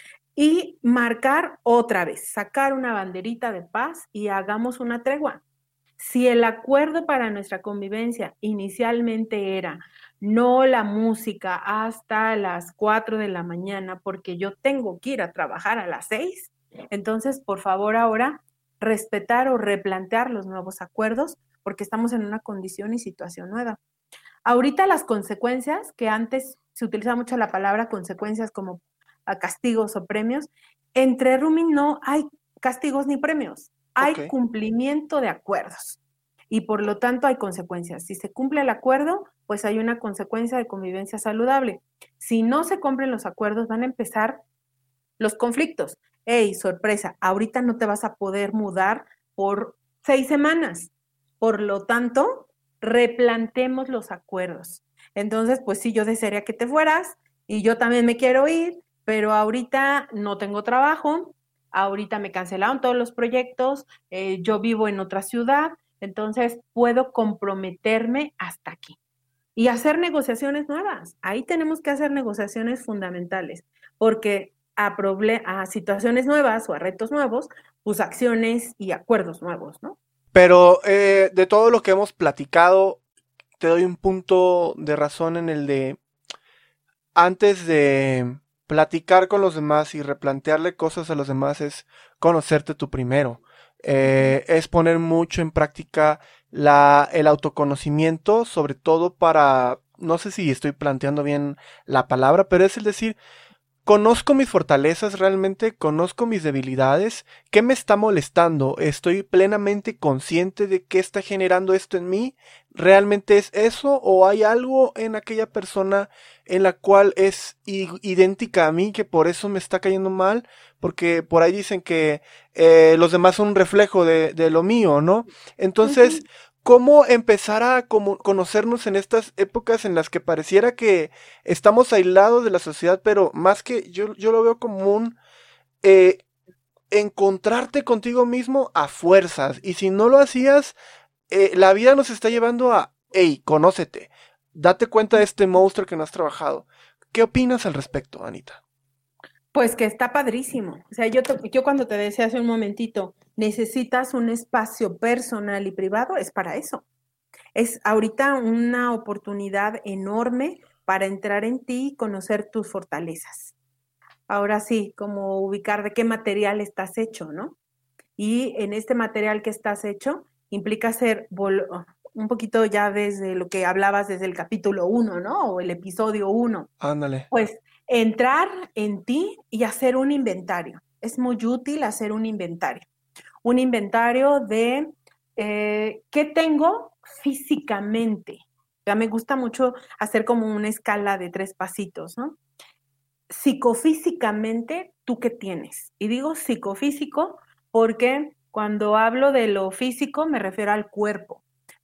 Y marcar otra vez, sacar una banderita de paz y hagamos una tregua. Si el acuerdo para nuestra convivencia inicialmente era no la música hasta las 4 de la mañana porque yo tengo que ir a trabajar a las 6, entonces por favor ahora respetar o replantear los nuevos acuerdos porque estamos en una condición y situación nueva. Ahorita las consecuencias, que antes se utilizaba mucho la palabra consecuencias como castigos o premios, entre rooming no hay castigos ni premios, Ok. hay cumplimiento de acuerdos y por lo tanto hay consecuencias. Si se cumple el acuerdo, pues hay una consecuencia de convivencia saludable. Si no se cumplen los acuerdos, van a empezar los conflictos. Hey, sorpresa, ahorita no te vas a poder mudar por 6 semanas. Por lo tanto, replantemos los acuerdos. Entonces, pues sí, yo desearía que te fueras y yo también me quiero ir, pero ahorita no tengo trabajo, ahorita me cancelaron todos los proyectos, yo vivo en otra ciudad, entonces puedo comprometerme hasta aquí y hacer negociaciones nuevas. Ahí tenemos que hacer negociaciones fundamentales, porque a situaciones nuevas o a retos nuevos, pues acciones y acuerdos nuevos, ¿no? Pero de todo lo que hemos platicado, te doy un punto de razón en el de antes de platicar con los demás y replantearle cosas a los demás es conocerte tú primero. Es poner mucho en práctica el autoconocimiento, sobre todo para, no sé si estoy planteando bien la palabra, pero es el decir, conozco mis fortalezas realmente, conozco mis debilidades, qué me está molestando, estoy plenamente consciente de qué está generando esto en mí, realmente es eso o hay algo en aquella persona en la cual es idéntica a mí que por eso me está cayendo mal, porque por ahí dicen que los demás son un reflejo de lo mío, ¿no? Entonces, Ujú. ¿cómo empezar a conocernos en estas épocas en las que pareciera que estamos aislados de la sociedad, pero más que yo lo veo como un eh, encontrarte contigo mismo a fuerzas. Y si no lo hacías, la vida nos está llevando a, hey, conócete, date cuenta de este monstruo que no has trabajado. ¿Qué opinas al respecto, Anita? Pues que está padrísimo. O sea, yo cuando te decía hace un momentito, necesitas un espacio personal y privado, es para eso. Es ahorita una oportunidad enorme para entrar en ti y conocer tus fortalezas. Ahora sí, como ubicar de qué material estás hecho, ¿no? Y en este material que estás hecho implica ser un poquito ya desde lo que hablabas desde el capítulo 1, ¿no? O el episodio 1. Ándale. Pues entrar en ti y hacer un inventario. Es muy útil hacer un inventario. Un inventario de qué tengo físicamente. Ya me gusta mucho hacer como una escala de 3 pasitos, ¿no? Psicofísicamente, ¿tú qué tienes? Y digo psicofísico porque cuando hablo de lo físico me refiero al cuerpo,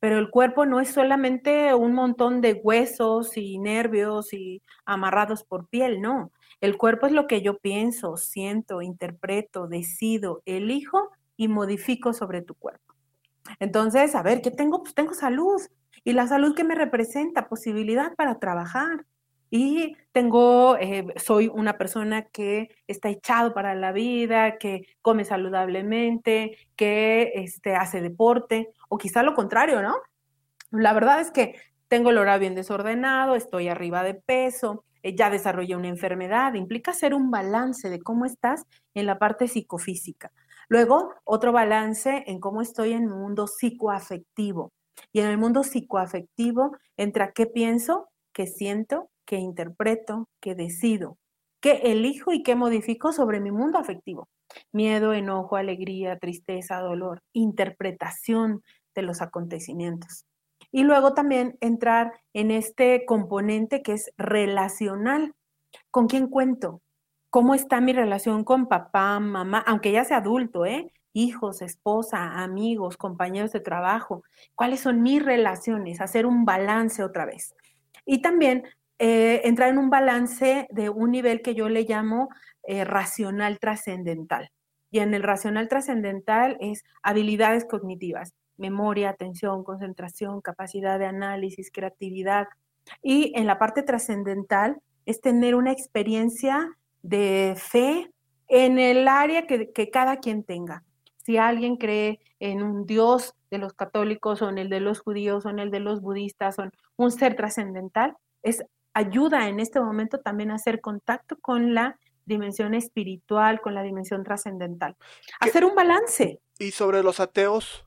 pero el cuerpo no es solamente un montón de huesos y nervios y amarrados por piel, no. El cuerpo es lo que yo pienso, siento, interpreto, decido, elijo y modifico sobre tu cuerpo. Entonces, a ver, ¿qué tengo? Pues tengo salud. ¿Y la salud que me representa? Posibilidad para trabajar. Y soy una persona que está echado para la vida, que come saludablemente, que hace deporte, o quizá lo contrario, ¿no? La verdad es que tengo el horario bien desordenado, estoy arriba de peso, ya desarrollé una enfermedad, implica hacer un balance de cómo estás en la parte psicofísica. Luego, otro balance en cómo estoy en el mundo psicoafectivo. Y en el mundo psicoafectivo entra qué pienso, qué siento, qué interpreto, qué decido, qué elijo y qué modifico sobre mi mundo afectivo. Miedo, enojo, alegría, tristeza, dolor, interpretación de los acontecimientos. Y luego también entrar en este componente que es relacional. ¿Con quién cuento? ¿Cómo está mi relación con papá, mamá? Aunque ya sea adulto, ¿eh? Hijos, esposa, amigos, compañeros de trabajo. ¿Cuáles son mis relaciones? Hacer un balance otra vez. Y también entrar en un balance de un nivel que yo le llamo racional trascendental. Y en el racional trascendental es habilidades cognitivas, memoria, atención, concentración, capacidad de análisis, creatividad. Y en la parte trascendental es tener una experiencia de fe en el área que cada quien tenga. Si alguien cree en un Dios de los católicos o en el de los judíos o en el de los budistas o en un ser trascendental, es ayuda en este momento también a hacer contacto con la dimensión espiritual, con la dimensión trascendental. Hacer un balance. ¿Y sobre los ateos?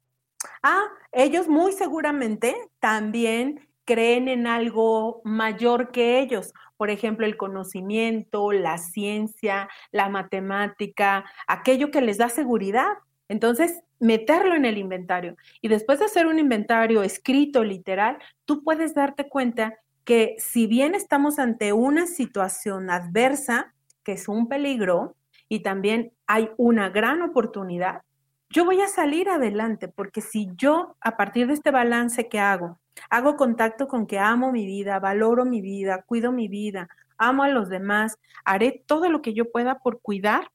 Ellos muy seguramente también creen en algo mayor que ellos. Por ejemplo, el conocimiento, la ciencia, la matemática, aquello que les da seguridad. Entonces, meterlo en el inventario. Y después de hacer un inventario escrito, literal, tú puedes darte cuenta que si bien estamos ante una situación adversa, que es un peligro, y también hay una gran oportunidad, yo voy a salir adelante, porque si yo, a partir de este balance que hago contacto con que amo mi vida, valoro mi vida, cuido mi vida, amo a los demás, haré todo lo que yo pueda por cuidar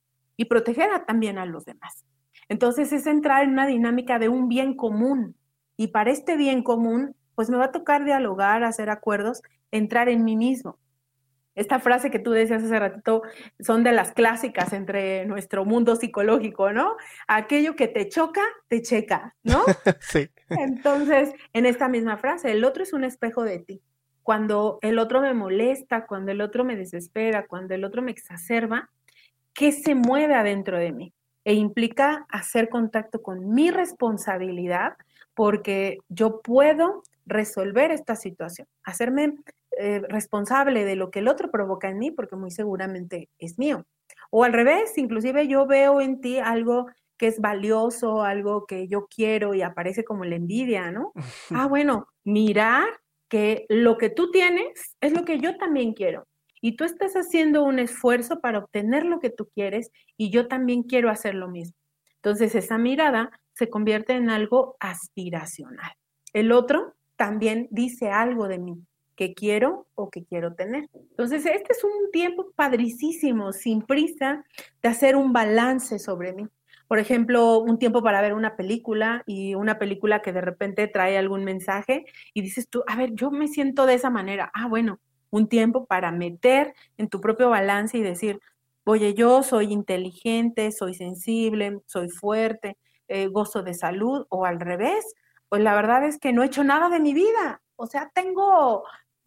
y proteger también a los demás. Entonces es entrar en una dinámica de un bien común. Y para este bien común, pues me va a tocar dialogar, hacer acuerdos, entrar en mí mismo. Esta frase que tú decías hace ratito son de las clásicas entre nuestro mundo psicológico, ¿no? Aquello que te choca, te checa, ¿no? Sí. Entonces, en esta misma frase, el otro es un espejo de ti. Cuando el otro me molesta, cuando el otro me desespera, cuando el otro me exacerba, ¿qué se mueve adentro de mí? E implica hacer contacto con mi responsabilidad, porque yo puedo resolver esta situación, hacerme responsable de lo que el otro provoca en mí, porque muy seguramente es mío. O al revés, inclusive yo veo en ti algo que es valioso, algo que yo quiero y aparece como la envidia, ¿no? Bueno, mirar que lo que tú tienes es lo que yo también quiero. Y tú estás haciendo un esfuerzo para obtener lo que tú quieres y yo también quiero hacer lo mismo. Entonces esa mirada se convierte en algo aspiracional. El otro también dice algo de mí que quiero o que quiero tener. Entonces este es un tiempo padricísimo, sin prisa, de hacer un balance sobre mí. Por ejemplo, un tiempo para ver una película y una película que de repente trae algún mensaje y dices tú, a ver, yo me siento de esa manera. Bueno, un tiempo para meter en tu propio balance y decir, oye, yo soy inteligente, soy sensible, soy fuerte, gozo de salud, o al revés, pues la verdad es que no he hecho nada de mi vida. O sea, tengo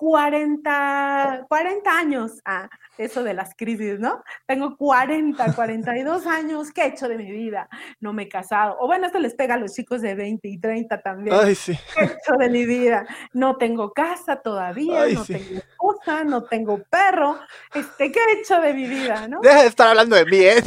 40 años, eso de las crisis, ¿no? Tengo 42 años, ¿qué he hecho de mi vida? No me he casado. O bueno, esto les pega a los chicos de 20 y 30 también. Ay, sí. ¿Qué he hecho de mi vida? No tengo casa todavía, Ay, no sí. tengo esposa, no tengo perro. ¿Qué he hecho de mi vida, no? Deja de estar hablando de mí, ¿eh?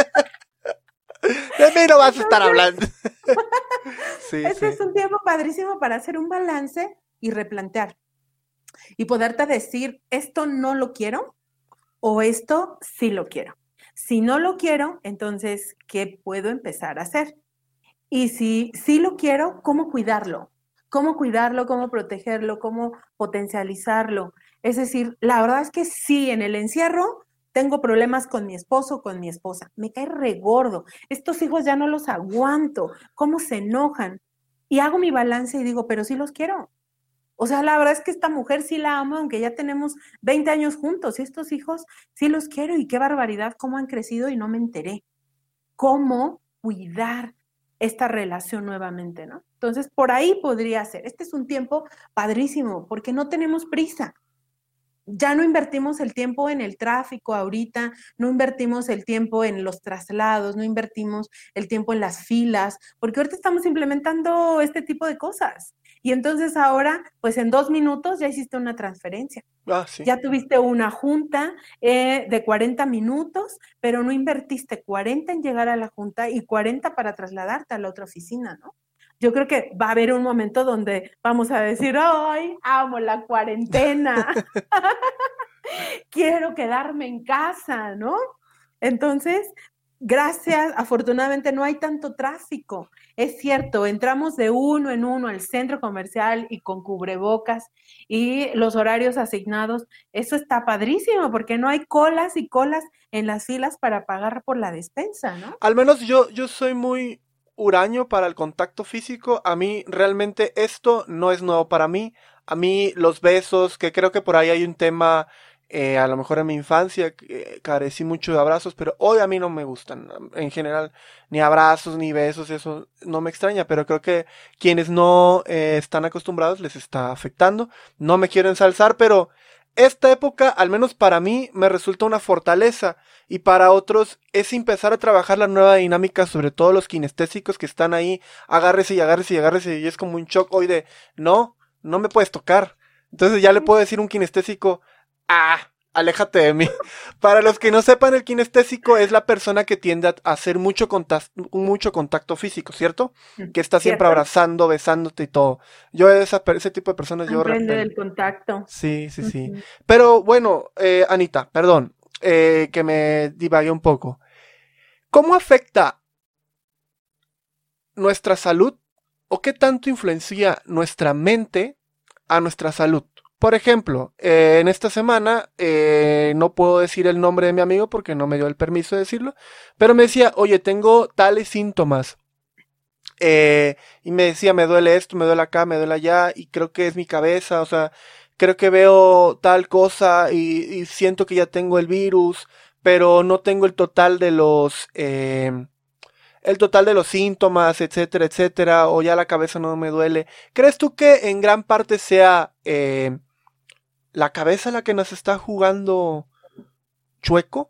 De mí no vas a estar hablando. Sí, Este sí. es un tiempo padrísimo para hacer un balance y replantear. Y poderte decir, esto no lo quiero o esto sí lo quiero. Si no lo quiero, entonces, ¿qué puedo empezar a hacer? Y si sí lo quiero, ¿cómo cuidarlo? ¿Cómo cuidarlo? ¿Cómo protegerlo? ¿Cómo potencializarlo? Es decir, la verdad es que sí, en el encierro tengo problemas con mi esposo o con mi esposa. Me cae regordo. Estos hijos ya no los aguanto. ¿Cómo se enojan? Y hago mi balance y digo, pero sí los quiero. O sea, la verdad es que esta mujer sí la amo, aunque ya tenemos 20 años juntos. Y estos hijos sí los quiero. Y qué barbaridad, cómo han crecido y no me enteré cómo cuidar esta relación nuevamente, ¿no? Entonces, por ahí podría ser. Este es un tiempo padrísimo porque no tenemos prisa. Ya no invertimos el tiempo en el tráfico ahorita, no invertimos el tiempo en los traslados, no invertimos el tiempo en las filas, porque ahorita estamos implementando este tipo de cosas. Y entonces ahora, pues en 2 minutos ya hiciste una transferencia. Ah, sí. Ya tuviste una junta de 40 minutos, pero no invertiste 40 en llegar a la junta y 40 para trasladarte a la otra oficina, ¿no? Yo creo que va a haber un momento donde vamos a decir, ¡ay, amo la cuarentena! Quiero quedarme en casa, ¿no? Entonces, gracias, afortunadamente no hay tanto tráfico. Es cierto, entramos de uno en uno al centro comercial y con cubrebocas y los horarios asignados. Eso está padrísimo porque no hay colas y colas en las filas para pagar por la despensa, ¿no? Al menos yo soy muy huraño para el contacto físico. A mí realmente esto no es nuevo para mí. A mí los besos, que creo que por ahí hay un tema, a lo mejor en mi infancia, que carecí mucho de abrazos, pero hoy a mí no me gustan. En general, ni abrazos, ni besos, eso no me extraña, pero creo que quienes no están acostumbrados les está afectando. No me quiero ensalzar, pero esta época, al menos para mí, me resulta una fortaleza y para otros es empezar a trabajar la nueva dinámica, sobre todo los kinestésicos que están ahí, agárrese y agárrese y agárrese, y es como un shock hoy de, no, no me puedes tocar. Entonces ya le puedo decir a un kinestésico, aléjate de mí. Para los que no sepan, el kinestésico es la persona que tiende a hacer mucho contacto físico, ¿cierto? Que está siempre ¿Cierto? abrazando, besándote y todo. Yo ese tipo de personas yo Aprende repelo. del contacto. Sí, sí, sí. Ujú. Pero bueno, Anita, perdón, que me divagué un poco. ¿Cómo afecta nuestra salud o qué tanto influencia nuestra mente a nuestra salud? Por ejemplo, en esta semana no puedo decir el nombre de mi amigo porque no me dio el permiso de decirlo, pero me decía, oye, tengo tales síntomas. Y me decía, me duele esto, me duele acá, me duele allá, y creo que es mi cabeza, o sea, creo que veo tal cosa y siento que ya tengo el virus, pero no tengo el total de los síntomas, etcétera, etcétera, o ya la cabeza no me duele. ¿Crees tú que en gran parte sea la cabeza la que nos está jugando chueco?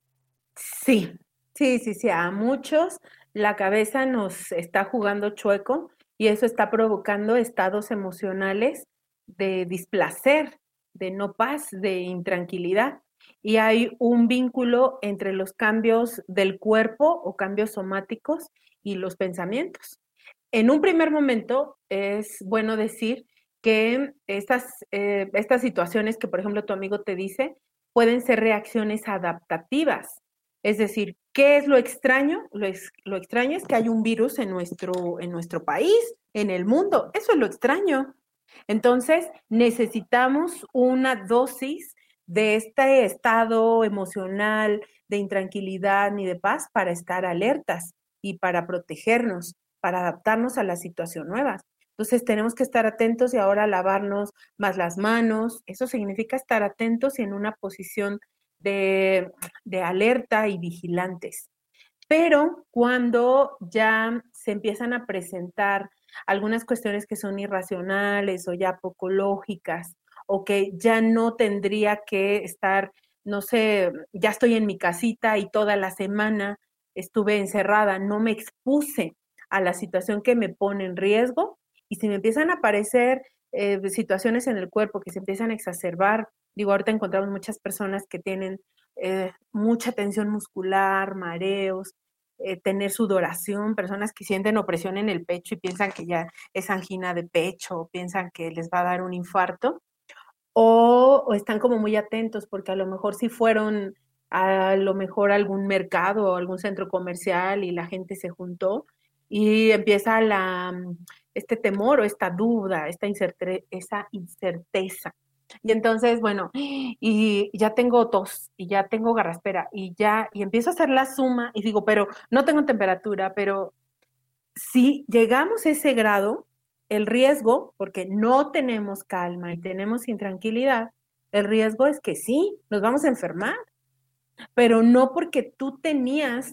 Sí, sí, sí, sí, a muchos la cabeza nos está jugando chueco y eso está provocando estados emocionales de displacer, de no paz, de intranquilidad. Y hay un vínculo entre los cambios del cuerpo o cambios somáticos y los pensamientos. En un primer momento es bueno decir que estas situaciones que, por ejemplo, tu amigo te dice, pueden ser reacciones adaptativas. Es decir, ¿qué es lo extraño? Lo extraño es que hay un virus en nuestro país, en el mundo. Eso es lo extraño. Entonces, necesitamos una dosis de este estado emocional, de intranquilidad ni de paz para estar alertas y para protegernos, para adaptarnos a la situación nueva. Entonces tenemos que estar atentos y ahora lavarnos más las manos. Eso significa estar atentos y en una posición de alerta y vigilantes. Pero cuando ya se empiezan a presentar algunas cuestiones que son irracionales o ya poco lógicas, o que ya no tendría que estar, no sé, ya estoy en mi casita y toda la semana estuve encerrada, no me expuse a la situación que me pone en riesgo, y si me empiezan a aparecer situaciones en el cuerpo que se empiezan a exacerbar, digo, ahorita encontramos muchas personas que tienen mucha tensión muscular, mareos, tener sudoración, personas que sienten opresión en el pecho y piensan que ya es angina de pecho, o piensan que les va a dar un infarto, o están como muy atentos porque a lo mejor si fueron a lo mejor a algún mercado o algún centro comercial y la gente se juntó y empieza este temor o esta duda, esa incerteza. Y entonces, bueno, y ya tengo tos, y ya tengo garraspera, y empiezo a hacer la suma, y digo, pero no tengo temperatura, pero si llegamos a ese grado, el riesgo, porque no tenemos calma y tenemos intranquilidad, el riesgo es que sí, nos vamos a enfermar, pero no porque tú tenías,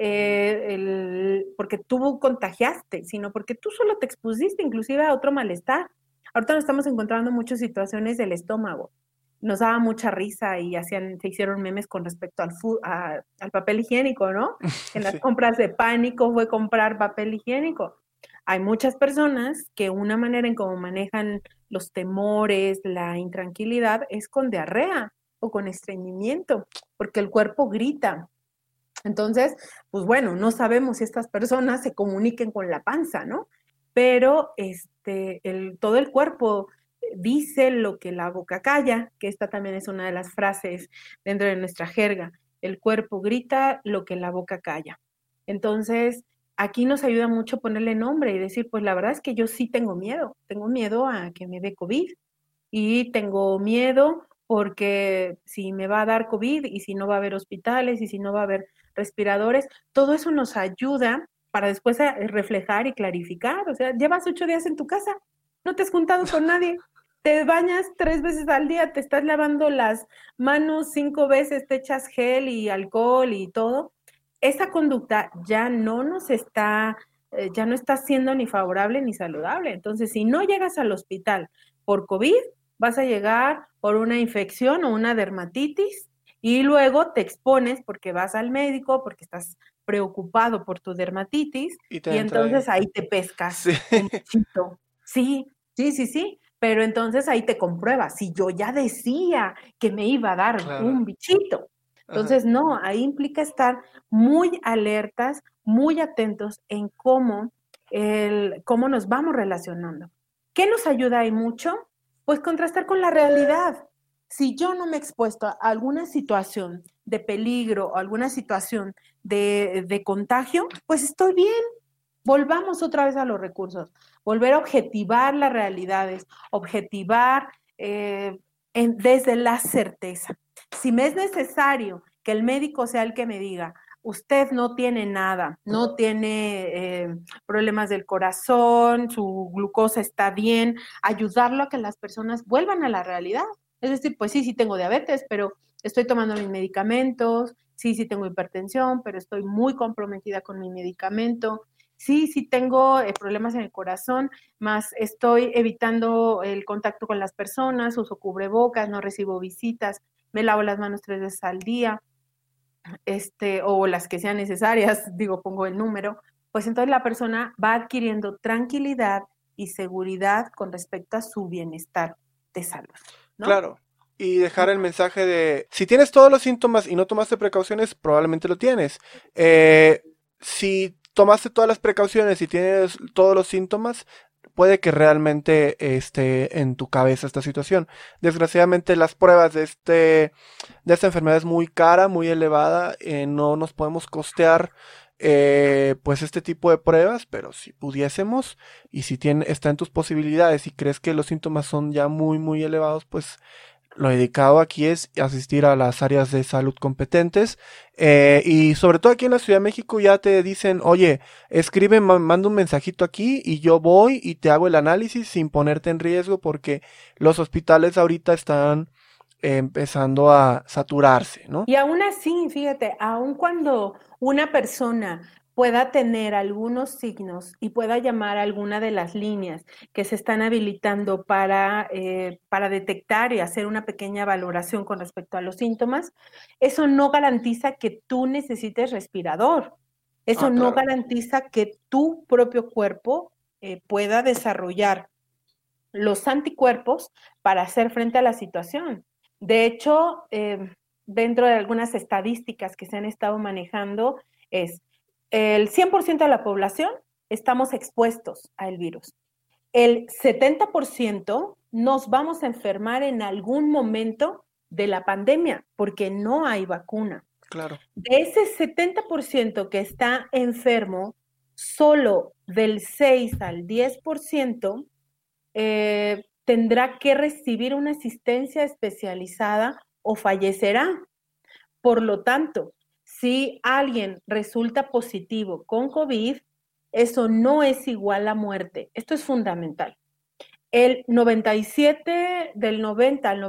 porque tú contagiaste, sino porque tú solo te expusiste inclusive a otro malestar. Ahorita nos estamos encontrando muchas situaciones del estómago. Nos daba mucha risa y se hicieron memes con respecto al papel higiénico, ¿no? En las Sí. compras de pánico fue comprar papel higiénico. Hay muchas personas que una manera en cómo manejan los temores, la intranquilidad, es con diarrea o con estreñimiento, porque el cuerpo grita. Entonces, pues bueno, no sabemos si estas personas se comuniquen con la panza, ¿no? Pero todo el cuerpo dice lo que la boca calla, que esta también es una de las frases dentro de nuestra jerga. El cuerpo grita lo que la boca calla. Entonces, aquí nos ayuda mucho ponerle nombre y decir, pues la verdad es que yo sí tengo miedo a que me dé COVID y tengo miedo porque si me va a dar COVID y si no va a haber hospitales y si no va a haber respiradores, todo eso nos ayuda para después reflejar y clarificar. O sea, llevas 8 días en tu casa, no te has juntado con nadie, te bañas 3 veces al día, te estás lavando las manos 5 veces, te echas gel y alcohol y todo. Esa conducta ya no está siendo ni favorable ni saludable. Entonces, si no llegas al hospital por COVID, vas a llegar por una infección o una dermatitis y luego te expones porque vas al médico, porque estás preocupado por tu dermatitis Y te y entra ahí. entonces ahí te pescas Sí, un bichito. Sí, sí, sí, sí, pero entonces ahí te compruebas. Si yo ya decía que me iba a dar claro. un bichito. Ajá. Entonces, no, ahí implica estar muy alertas, muy atentos en cómo nos vamos relacionando. ¿Qué nos ayuda ahí mucho? Pues contrastar con la realidad. Si yo no me he expuesto a alguna situación de peligro o alguna situación de contagio, pues estoy bien. Volvamos otra vez a los recursos, volver a objetivar las realidades, objetivar desde la certeza. Si me es necesario que el médico sea el que me diga, usted no tiene nada, no tiene problemas del corazón, su glucosa está bien, ayudarlo a que las personas vuelvan a la realidad. Es decir, pues sí, sí tengo diabetes, pero estoy tomando mis medicamentos, sí, sí tengo hipertensión, pero estoy muy comprometida con mi medicamento. Sí, sí tengo problemas en el corazón, más estoy evitando el contacto con las personas, uso cubrebocas, no recibo visitas, me lavo las manos 3 veces al día, o las que sean necesarias, digo, pongo el número, pues entonces la persona va adquiriendo tranquilidad y seguridad con respecto a su bienestar de salud, ¿no? Claro. Y dejar el mensaje de, si tienes todos los síntomas y no tomaste precauciones, probablemente lo tienes. Si tomaste todas las precauciones y tienes todos los síntomas, puede que realmente esté en tu cabeza esta situación. Desgraciadamente las pruebas de esta enfermedad es muy cara, muy elevada, no nos podemos costear pues este tipo de pruebas, pero si pudiésemos y si está en tus posibilidades y crees que los síntomas son ya muy muy elevados, pues lo dedicado aquí es asistir a las áreas de salud competentes y sobre todo aquí en la Ciudad de México ya te dicen, oye, escribe, manda un mensajito aquí y yo voy y te hago el análisis sin ponerte en riesgo porque los hospitales ahorita están empezando a saturarse, ¿no? Y aún así, fíjate, aun cuando una persona pueda tener algunos signos y pueda llamar a alguna de las líneas que se están habilitando para detectar y hacer una pequeña valoración con respecto a los síntomas, eso no garantiza que tú necesites respirador. Eso Ah, no claro. garantiza que tu propio cuerpo pueda desarrollar los anticuerpos para hacer frente a la situación. De hecho, dentro de algunas estadísticas que se han estado manejando, es el 100% de la población estamos expuestos al virus. El 70% nos vamos a enfermar en algún momento de la pandemia porque no hay vacuna. Claro. De ese 70% que está enfermo, solo del 6 al 10% tendrá que recibir una asistencia especializada o fallecerá. Por lo tanto, si alguien resulta positivo con COVID, eso no es igual a muerte. Esto es fundamental. El 97, del 90 al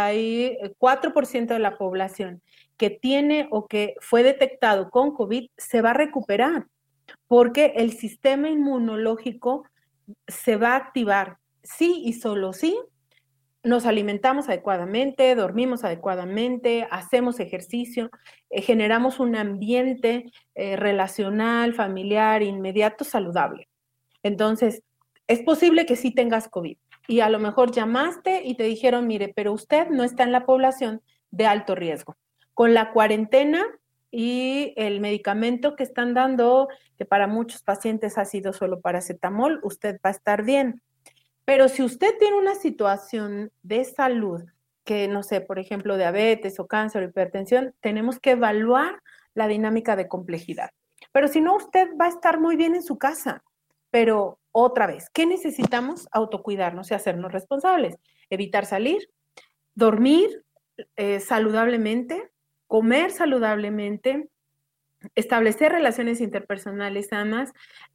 94% de la población que tiene o que fue detectado con COVID se va a recuperar porque el sistema inmunológico se va a activar sí y solo sí nos alimentamos adecuadamente, dormimos adecuadamente, hacemos ejercicio, generamos un ambiente relacional, familiar, inmediato, saludable. Entonces, es posible que sí tengas COVID y a lo mejor llamaste y te dijeron, mire, pero usted no está en la población de alto riesgo. Con la cuarentena y el medicamento que están dando, que para muchos pacientes ha sido solo paracetamol, usted va a estar bien. Pero si usted tiene una situación de salud, que no sé, por ejemplo, diabetes o cáncer o hipertensión, tenemos que evaluar la dinámica de complejidad. Pero si no, usted va a estar muy bien en su casa. Pero otra vez, ¿qué necesitamos? Autocuidarnos y hacernos responsables. Evitar salir, dormir saludablemente, comer saludablemente, establecer relaciones interpersonales sanas.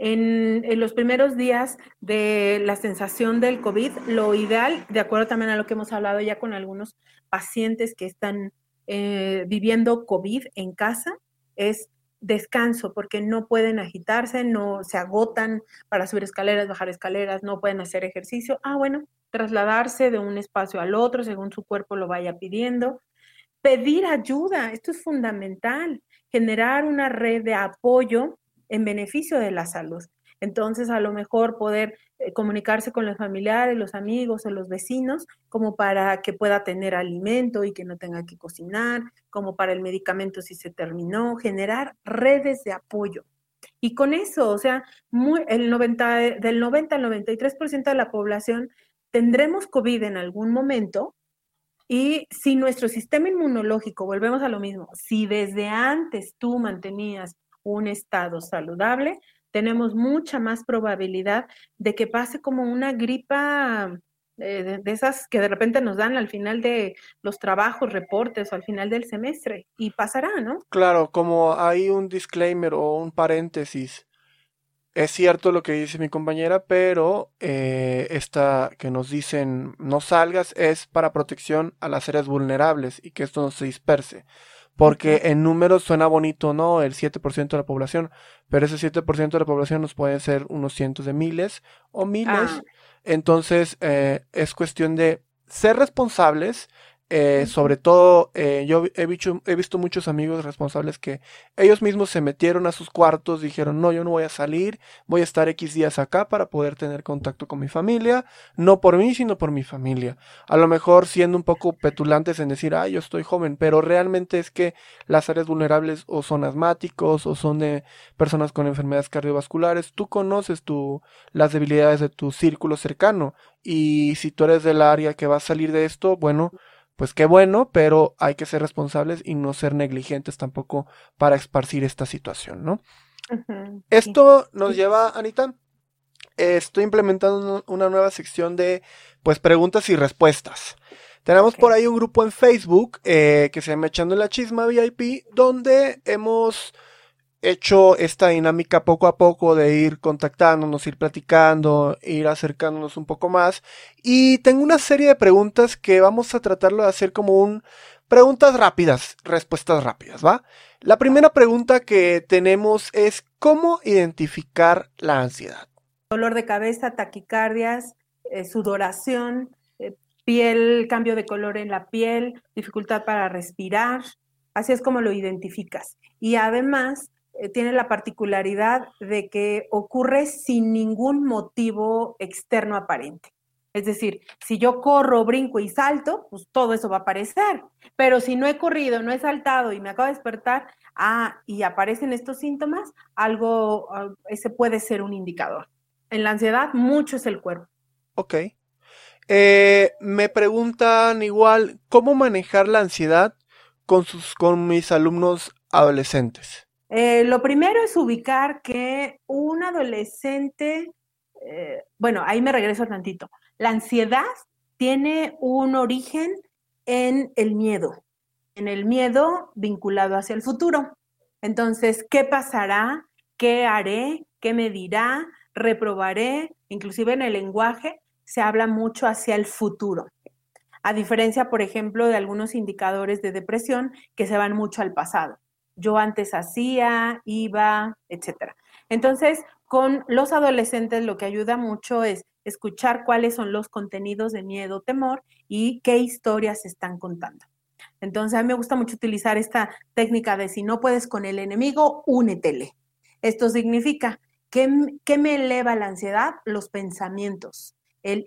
En los primeros días de la sensación del COVID, lo ideal, de acuerdo también a lo que hemos hablado ya con algunos pacientes que están viviendo COVID en casa, es descanso, porque no pueden agitarse, no se agotan para subir escaleras, bajar escaleras, no pueden hacer ejercicio. Bueno, trasladarse de un espacio al otro según su cuerpo lo vaya pidiendo. Pedir ayuda, esto es fundamental, generar una red de apoyo en beneficio de la salud. Entonces, a lo mejor poder comunicarse con los familiares, los amigos o los vecinos, como para que pueda tener alimento y que no tenga que cocinar, como para el medicamento si se terminó, generar redes de apoyo. Y con eso, o sea, del 90 al 93% de la población tendremos COVID en algún momento. Y si nuestro sistema inmunológico, volvemos a lo mismo, si desde antes tú mantenías un estado saludable, tenemos mucha más probabilidad de que pase como una gripa de esas que de repente nos dan al final de los trabajos, reportes o al final del semestre. Y pasará, ¿no? Claro, como hay un disclaimer o un paréntesis. Es cierto lo que dice mi compañera, pero esta que nos dicen no salgas es para protección a las áreas vulnerables y que esto no se disperse. Porque en números suena bonito, ¿no? El 7% de la población, pero ese 7% de la población nos puede ser unos cientos de miles o miles. Entonces es cuestión de ser responsables. Sobre todo, yo he visto muchos amigos responsables que ellos mismos se metieron a sus cuartos, dijeron, no, yo no voy a salir, voy a estar X días acá para poder tener contacto con mi familia, no por mí, sino por mi familia. A lo mejor siendo un poco petulantes en decir, yo estoy joven, pero realmente es que las áreas vulnerables o son asmáticos o son de personas con enfermedades cardiovasculares, tú conoces las debilidades de tu círculo cercano y si tú eres del área que va a salir de esto, bueno, pues qué bueno, pero hay que ser responsables y no ser negligentes tampoco para esparcir esta situación, ¿no? Uh-huh. Esto nos lleva, Anita, estoy implementando una nueva sección de, pues, preguntas y respuestas. Tenemos por ahí un grupo en Facebook que se llama Echando la Chisma VIP, donde hemos hecho esta dinámica poco a poco de ir contactándonos, ir platicando, ir acercándonos un poco más. Y tengo una serie de preguntas que vamos a tratarlo de hacer como preguntas rápidas, respuestas rápidas, ¿va? La primera pregunta que tenemos es ¿cómo identificar la ansiedad? Dolor de cabeza, taquicardias, sudoración, piel, cambio de color en la piel, dificultad para respirar. Así es como lo identificas. Y además tiene la particularidad de que ocurre sin ningún motivo externo aparente. Es decir, si yo corro, brinco y salto, pues todo eso va a aparecer. Pero si no he corrido, no he saltado y me acabo de despertar, y aparecen estos síntomas, ese puede ser un indicador. En la ansiedad, mucho es el cuerpo. Ok. Me preguntan igual, ¿cómo manejar la ansiedad con mis alumnos adolescentes? Lo primero es ubicar que un adolescente, bueno, ahí me regreso tantito. La ansiedad tiene un origen en el miedo vinculado hacia el futuro. Entonces, ¿qué pasará? ¿Qué haré? ¿Qué me dirá? ¿Reprobaré? Inclusive en el lenguaje se habla mucho hacia el futuro. A diferencia, por ejemplo, de algunos indicadores de depresión que se van mucho al pasado. Yo antes hacía, iba, etcétera. Entonces, con los adolescentes lo que ayuda mucho es escuchar cuáles son los contenidos de miedo, temor y qué historias se están contando. Entonces, a mí me gusta mucho utilizar esta técnica de si no puedes con el enemigo, únetele. Esto significa que me eleva la ansiedad, los pensamientos. El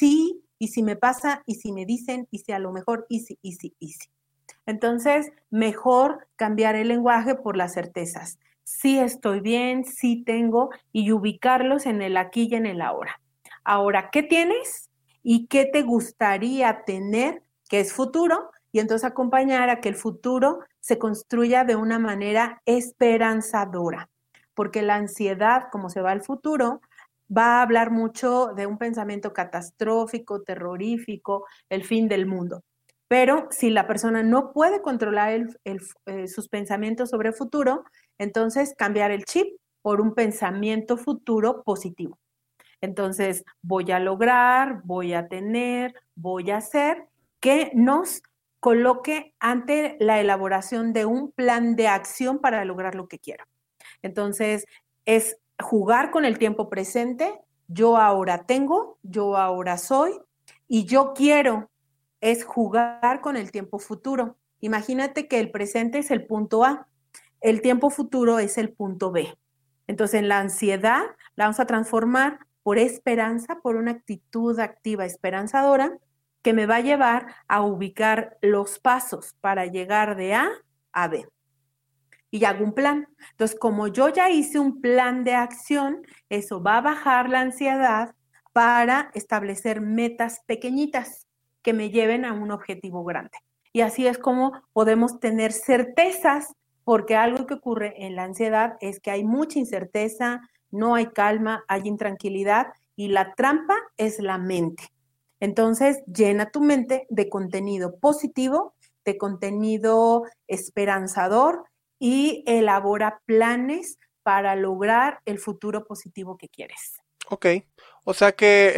y si me pasa, y si me dicen, y si a lo mejor, y si, y si, y si. Entonces, mejor cambiar el lenguaje por las certezas. Sí estoy bien, sí tengo, y ubicarlos en el aquí y en el ahora. Ahora, ¿qué tienes? ¿Y qué te gustaría tener, que es futuro? Y entonces acompañar a que el futuro se construya de una manera esperanzadora, porque la ansiedad, como se va al futuro, va a hablar mucho de un pensamiento catastrófico, terrorífico, el fin del mundo. Pero si la persona no puede controlar sus pensamientos sobre el futuro, entonces cambiar el chip por un pensamiento futuro positivo. Entonces, voy a lograr, voy a tener, voy a hacer, que nos coloque ante la elaboración de un plan de acción para lograr lo que quiero. Entonces, es jugar con el tiempo presente, yo ahora tengo, yo ahora soy, y yo quiero, es jugar con el tiempo futuro. Imagínate que el presente es el punto A, el tiempo futuro es el punto B. Entonces, en la ansiedad la vamos a transformar por esperanza, por una actitud activa esperanzadora que me va a llevar a ubicar los pasos para llegar de A a B. Y hago un plan. Entonces, como yo ya hice un plan de acción, eso va a bajar la ansiedad para establecer metas pequeñitas que me lleven a un objetivo grande. Y así es como podemos tener certezas, porque algo que ocurre en la ansiedad es que hay mucha incerteza, no hay calma, hay intranquilidad y la trampa es la mente. Entonces, llena tu mente de contenido positivo, de contenido esperanzador y elabora planes para lograr el futuro positivo que quieres. Ok, o sea que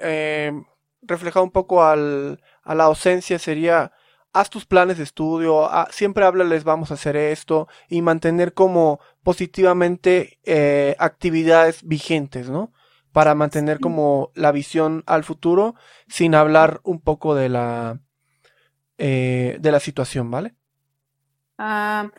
reflejado un poco a la ausencia sería, haz tus planes de estudio, siempre háblales, vamos a hacer esto, y mantener como positivamente actividades vigentes, ¿no? Para mantener Sí. como la visión al futuro sin hablar un poco de la situación, ¿vale? Ah,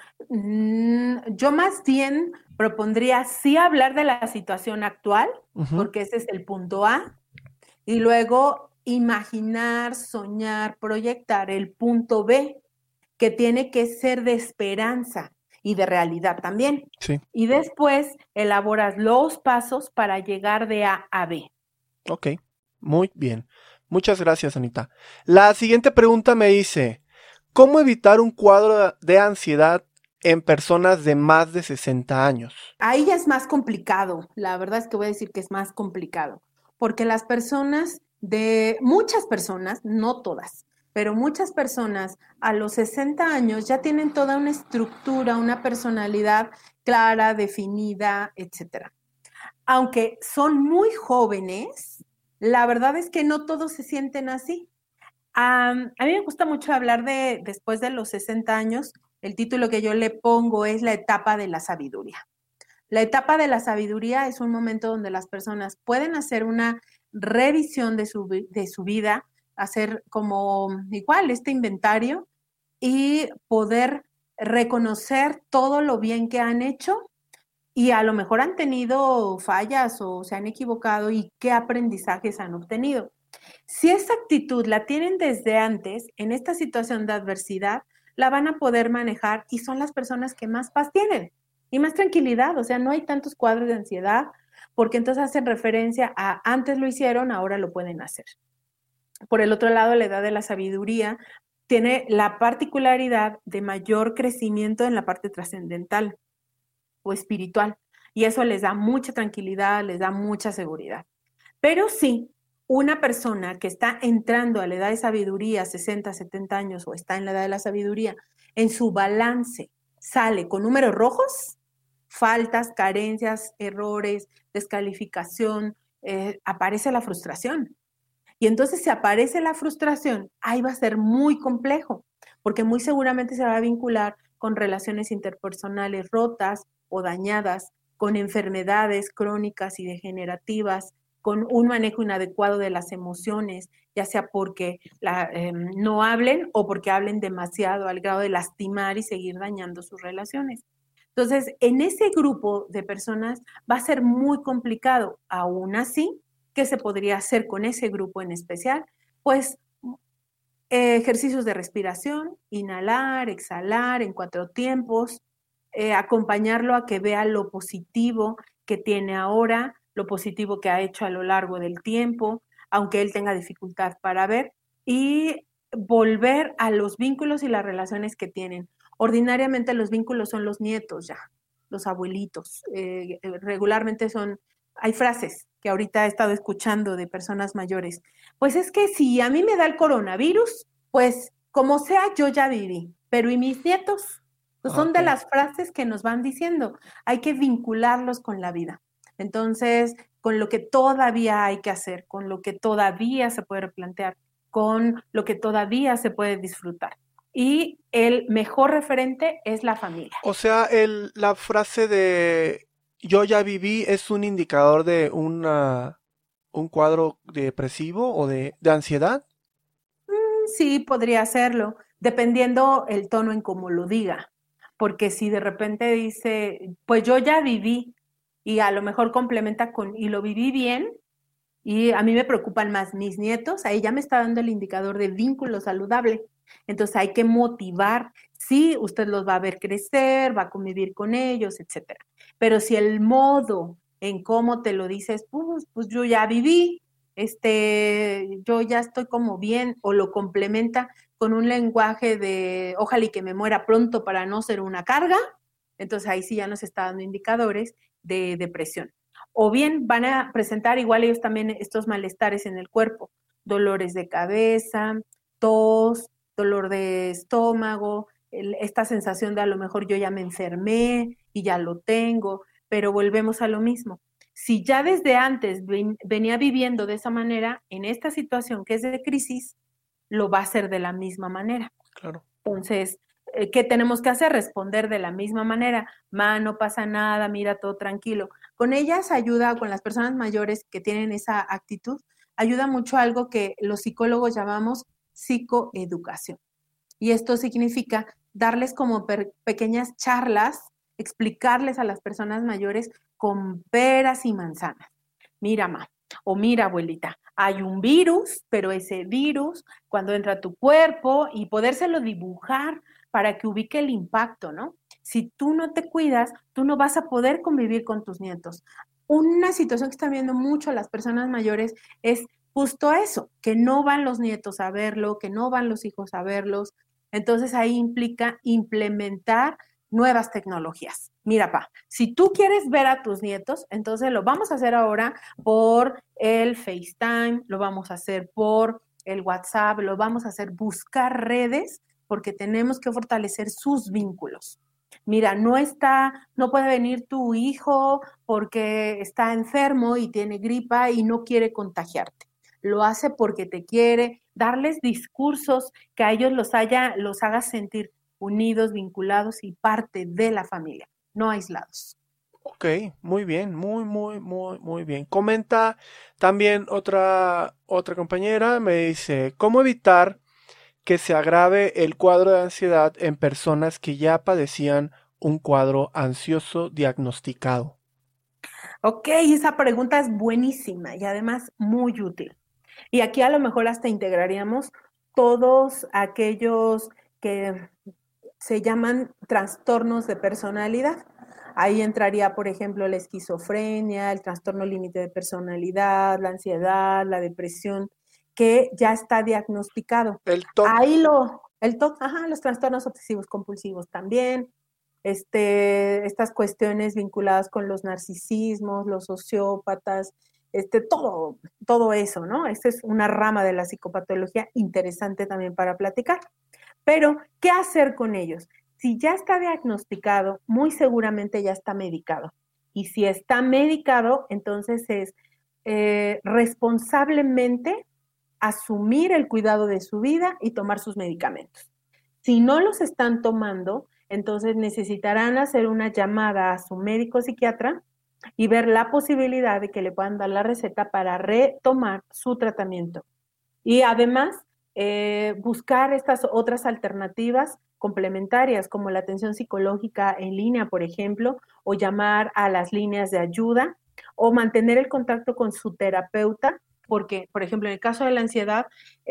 yo más bien propondría sí hablar de la situación actual, Ujú. porque ese es el punto A, y luego imaginar, soñar, proyectar el punto B, que tiene que ser de esperanza y de realidad también. Sí, Y después elaboras los pasos para llegar de A a B. ok, muy bien. Muchas gracias, Anita. La siguiente pregunta me dice, ¿cómo evitar un cuadro de ansiedad en personas de más de 60 años? Ahí ya es más complicado, la verdad es que voy a decir que es más complicado, porque las personas muchas personas, no todas, pero muchas personas a los 60 años ya tienen toda una estructura, una personalidad clara, definida, etcétera. Aunque son muy jóvenes, la verdad es que no todos se sienten así. A mí me gusta mucho hablar de después de los 60 años, el título que yo le pongo es la etapa de la sabiduría. La etapa de la sabiduría es un momento donde las personas pueden hacer una revisión de su vida, hacer como igual este inventario y poder reconocer todo lo bien que han hecho y a lo mejor han tenido fallas o se han equivocado y qué aprendizajes han obtenido. Si esa actitud la tienen desde antes, en esta situación de adversidad, la van a poder manejar y son las personas que más paz tienen y más tranquilidad. O sea, no hay tantos cuadros de ansiedad porque entonces hacen referencia a antes lo hicieron, ahora lo pueden hacer. Por el otro lado, la edad de la sabiduría tiene la particularidad de mayor crecimiento en la parte trascendental. o espiritual. Y eso les da mucha tranquilidad, les da mucha seguridad. Pero sí, una persona que está entrando a la edad de sabiduría, 60, 70 años, o está en la edad de la sabiduría, en su balance sale con números rojos, faltas, carencias, errores, descalificación, aparece la frustración. Y entonces si aparece la frustración, ahí va a ser muy complejo, porque muy seguramente se va a vincular con relaciones interpersonales rotas o dañadas, con enfermedades crónicas y degenerativas, con un manejo inadecuado de las emociones, ya sea porque no hablen o porque hablen demasiado al grado de lastimar y seguir dañando sus relaciones. Entonces, en ese grupo de personas va a ser muy complicado. Aún así, ¿qué se podría hacer con ese grupo en especial? Pues ejercicios de respiración, inhalar, exhalar en 4 tiempos, acompañarlo a que vea lo positivo que tiene ahora, lo positivo que ha hecho a lo largo del tiempo, aunque él tenga dificultad para ver, y volver a los vínculos y las relaciones que tienen. Ordinariamente los vínculos son los nietos ya, los abuelitos. Regularmente hay frases que ahorita he estado escuchando de personas mayores. Pues es que si a mí me da el coronavirus, pues como sea, yo ya viví. Pero ¿y mis nietos? Pues son Ok. de las frases que nos van diciendo. Hay que vincularlos con la vida. Entonces, con lo que todavía hay que hacer, con lo que todavía se puede replantear, con lo que todavía se puede disfrutar. Y el mejor referente es la familia. O sea, la frase de yo ya viví es un indicador de un cuadro depresivo o de ansiedad. Sí, podría hacerlo, dependiendo el tono en cómo lo diga, porque si de repente dice, pues yo ya viví y a lo mejor complementa con, y lo viví bien, y a mí me preocupan más mis nietos, ahí ya me está dando el indicador de vínculo saludable. Entonces hay que motivar, sí, usted los va a ver crecer, va a convivir con ellos, etcétera. Pero si el modo en cómo te lo dices, pues yo ya viví, yo ya estoy como bien, o lo complementa con un lenguaje de ojalá y que me muera pronto para no ser una carga, entonces ahí sí ya nos está dando indicadores de depresión. O bien van a presentar igual ellos también estos malestares en el cuerpo, dolores de cabeza, tos, dolor de estómago, esta sensación de a lo mejor yo ya me enfermé y ya lo tengo, pero volvemos a lo mismo. Si ya desde antes venía viviendo de esa manera, en esta situación que es de crisis, lo va a hacer de la misma manera. Claro. Entonces, ¿qué tenemos que hacer? Responder de la misma manera. No pasa nada, mira, todo tranquilo. Con ellas ayuda, con las personas mayores que tienen esa actitud, ayuda mucho algo que los psicólogos llamamos psicoeducación. Y esto significa darles como pequeñas charlas, explicarles a las personas mayores con peras y manzanas. Mira, ma, o mira, abuelita, hay un virus, pero ese virus, cuando entra a tu cuerpo y podérselo dibujar para que ubique el impacto, ¿no? Si tú no te cuidas, tú no vas a poder convivir con tus nietos. Una situación que están viendo mucho las personas mayores es justo eso, que no van los nietos a verlo, que no van los hijos a verlos. Entonces ahí implica implementar nuevas tecnologías. Mira, si tú quieres ver a tus nietos, entonces lo vamos a hacer ahora por el FaceTime, lo vamos a hacer por el WhatsApp, lo vamos a hacer buscar redes porque tenemos que fortalecer sus vínculos. Mira, no puede venir tu hijo porque está enfermo y tiene gripa y no quiere contagiarte. Lo hace porque te quiere, darles discursos que a ellos los haga sentir unidos, vinculados y parte de la familia, no aislados. Ok, muy bien, muy bien. Comenta también otra compañera, me dice, ¿cómo evitar que se agrave el cuadro de ansiedad en personas que ya padecían un cuadro ansioso diagnosticado? Ok, esa pregunta es buenísima y además muy útil. Y aquí a lo mejor hasta integraríamos todos aquellos que se llaman trastornos de personalidad. Ahí entraría, por ejemplo, la esquizofrenia, el trastorno límite de personalidad, la ansiedad, la depresión, que ya está diagnosticado. El TOC. Ahí el TOC, ajá, los trastornos obsesivos compulsivos también. estas cuestiones vinculadas con los narcisismos, los sociópatas, todo eso, ¿no? Esta es una rama de la psicopatología interesante también para platicar. Pero, ¿qué hacer con ellos? Si ya está diagnosticado, muy seguramente ya está medicado. Y si está medicado, entonces es responsablemente asumir el cuidado de su vida y tomar sus medicamentos. Si no los están tomando, entonces necesitarán hacer una llamada a su médico psiquiatra y ver la posibilidad de que le puedan dar la receta para retomar su tratamiento. Y además, buscar estas otras alternativas complementarias, como la atención psicológica en línea, por ejemplo, o llamar a las líneas de ayuda, o mantener el contacto con su terapeuta, porque, por ejemplo, en el caso de la ansiedad,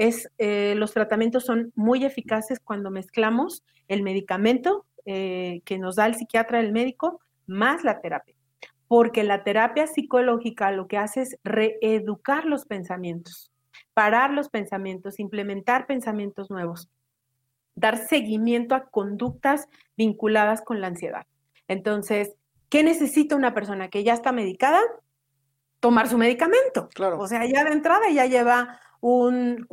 los tratamientos son muy eficaces cuando mezclamos el medicamento que nos da el psiquiatra, el médico, más la terapia. Porque la terapia psicológica lo que hace es reeducar los pensamientos, parar los pensamientos, implementar pensamientos nuevos, dar seguimiento a conductas vinculadas con la ansiedad. Entonces, ¿qué necesita una persona que ya está medicada? Tomar su medicamento. Claro. O sea, ya de entrada ya lleva un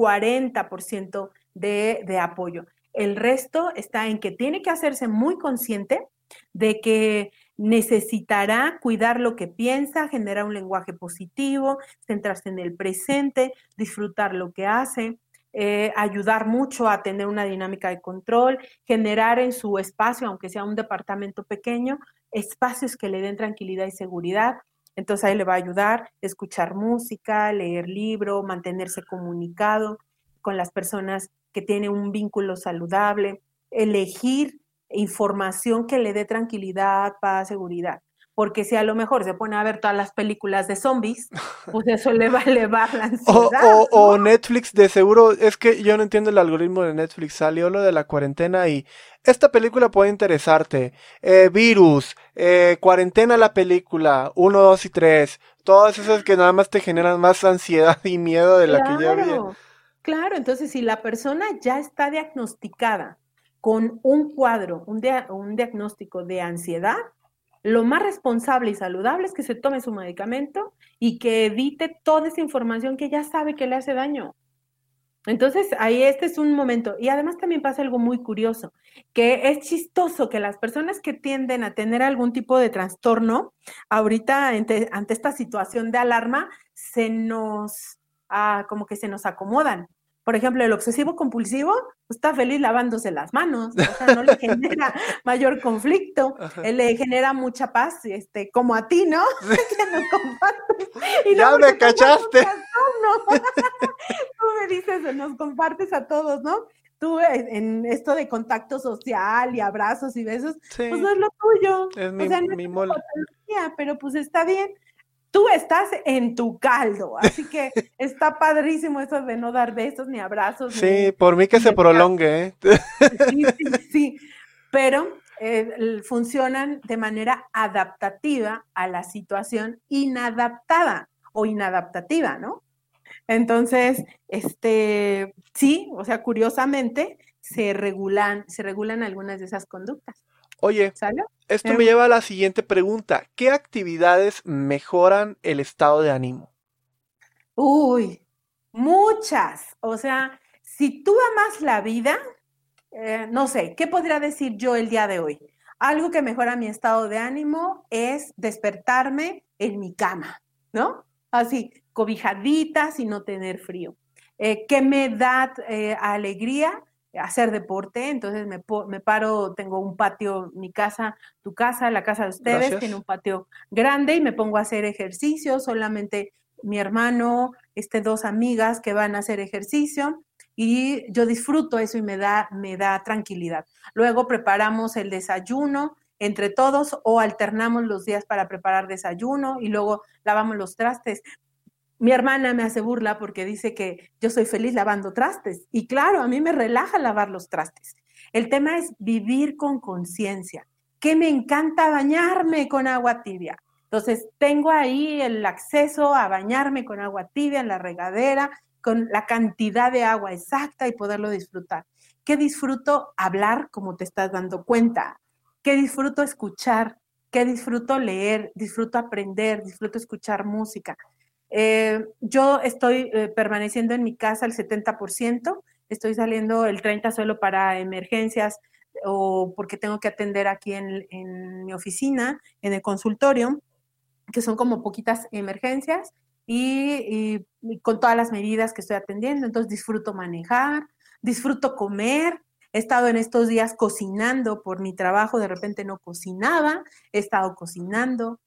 40% de apoyo. El resto está en que tiene que hacerse muy consciente de que necesitará cuidar lo que piensa, generar un lenguaje positivo, centrarse en el presente, disfrutar lo que hace, ayudar mucho a tener una dinámica de control, generar en su espacio, aunque sea un departamento pequeño, espacios que le den tranquilidad y seguridad. Entonces ahí le va a ayudar escuchar música, leer libro, mantenerse comunicado con las personas que tienen un vínculo saludable, elegir información que le dé tranquilidad, paz, seguridad. Porque si a lo mejor se pone a ver todas las películas de zombies, pues eso le va a elevar la ansiedad. O Netflix, de seguro, es que yo no entiendo el algoritmo de Netflix. Salió lo de la cuarentena y esta película puede interesarte. Virus, cuarentena la película, 1, 2 y 3. Todas esas que nada más te generan más ansiedad y miedo de la que ya había. Claro, entonces si la persona ya está diagnosticada con un cuadro, un diagnóstico de ansiedad, lo más responsable y saludable es que se tome su medicamento y que evite toda esa información que ya sabe que le hace daño. Entonces, ahí este es un momento. Y además también pasa algo muy curioso, que es chistoso que las personas que tienden a tener algún tipo de trastorno, ahorita ante esta situación de alarma, como que se nos acomodan. Por ejemplo, el obsesivo compulsivo está feliz lavándose las manos, o sea, no le genera mayor conflicto, le genera mucha paz, como a ti, ¿no? Que nos compartes. Y ya me cachaste. Tú me dices, nos compartes a todos, ¿no? Tú en esto de contacto social y abrazos y besos, sí, pues no es lo tuyo. Es o sea, no mi es mole. Pero pues está bien. Tú estás en tu caldo, así que está padrísimo eso de no dar besos ni abrazos. Sí, por mí que se prolongue, ¿eh? Sí, pero funcionan de manera adaptativa a la situación inadaptada o inadaptativa, ¿no? Entonces, sí, o sea, curiosamente se regulan algunas de esas conductas. Oye, ¿Sale? Esto me lleva a la siguiente pregunta. ¿Qué actividades mejoran el estado de ánimo? Uy, muchas. O sea, si tú amas la vida, no sé, ¿qué podría decir yo el día de hoy? Algo que mejora mi estado de ánimo es despertarme en mi cama, ¿no? Así, cobijadita, sin no tener frío. ¿Qué me da alegría? Hacer deporte, entonces me paro, tengo un patio, mi casa, tu casa, la casa de ustedes, Gracias. tiene un patio grande y me pongo a hacer ejercicio, solamente mi hermano, dos amigas que van a hacer ejercicio y yo disfruto eso y me da tranquilidad. Luego preparamos el desayuno entre todos o alternamos los días para preparar desayuno y luego lavamos los trastes. Mi hermana me hace burla porque dice que yo soy feliz lavando trastes. Y claro, a mí me relaja lavar los trastes. El tema es vivir con conciencia, que me encanta bañarme con agua tibia. Entonces, tengo ahí el acceso a bañarme con agua tibia en la regadera, con la cantidad de agua exacta y poderlo disfrutar. ¿Qué disfruto? Hablar como te estás dando cuenta. qué disfruto escuchar, qué disfruto leer, disfruto aprender, disfruto escuchar música. Yo estoy permaneciendo en mi casa el 70%, estoy saliendo el 30% solo para emergencias o porque tengo que atender aquí en mi oficina, en el consultorio, que son como poquitas emergencias y con todas las medidas que estoy atendiendo. Entonces disfruto manejar, disfruto comer. He estado en estos días cocinando por mi trabajo, de repente no cocinaba, he estado cocinando,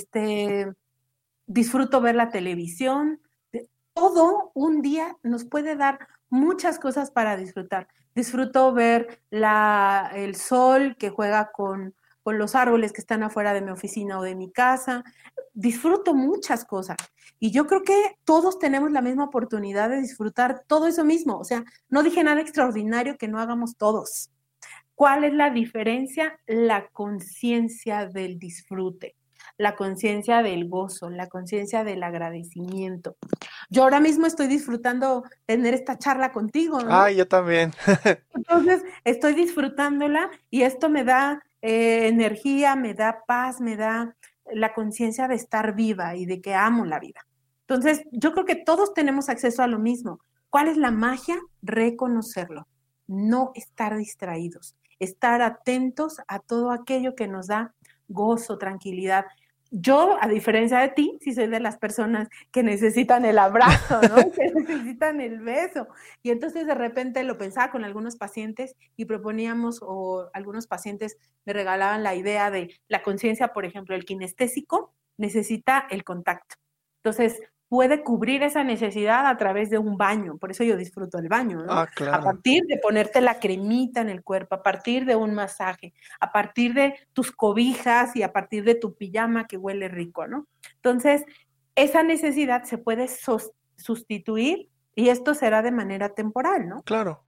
disfruto ver la televisión. Todo un día nos puede dar muchas cosas para disfrutar. Disfruto ver el sol que juega con los árboles que están afuera de mi oficina o de mi casa. Disfruto muchas cosas. Y yo creo que todos tenemos la misma oportunidad de disfrutar todo eso mismo. O sea, no dije nada extraordinario que no hagamos todos. ¿Cuál es la diferencia? La conciencia del disfrute, la conciencia del gozo, la conciencia del agradecimiento. Yo ahora mismo estoy disfrutando tener esta charla contigo, ¿no? Yo también. Entonces, estoy disfrutándola y esto me da energía, me da paz, me da la conciencia de estar viva y de que amo la vida. Entonces, yo creo que todos tenemos acceso a lo mismo. ¿Cuál es la magia? Reconocerlo, no estar distraídos, estar atentos a todo aquello que nos da gozo, tranquilidad. Yo, a diferencia de ti, sí soy de las personas que necesitan el abrazo, ¿no? Que necesitan el beso. Y entonces de repente lo pensaba con algunos pacientes y proponíamos, o algunos pacientes me regalaban la idea de la conciencia, por ejemplo, el kinestésico necesita el contacto. Entonces, puede cubrir esa necesidad a través de un baño. Por eso yo disfruto el baño, ¿no? Claro. A partir de ponerte la cremita en el cuerpo, a partir de un masaje, a partir de tus cobijas y a partir de tu pijama que huele rico, ¿no? Entonces, esa necesidad se puede sustituir y esto será de manera temporal, ¿no? Claro.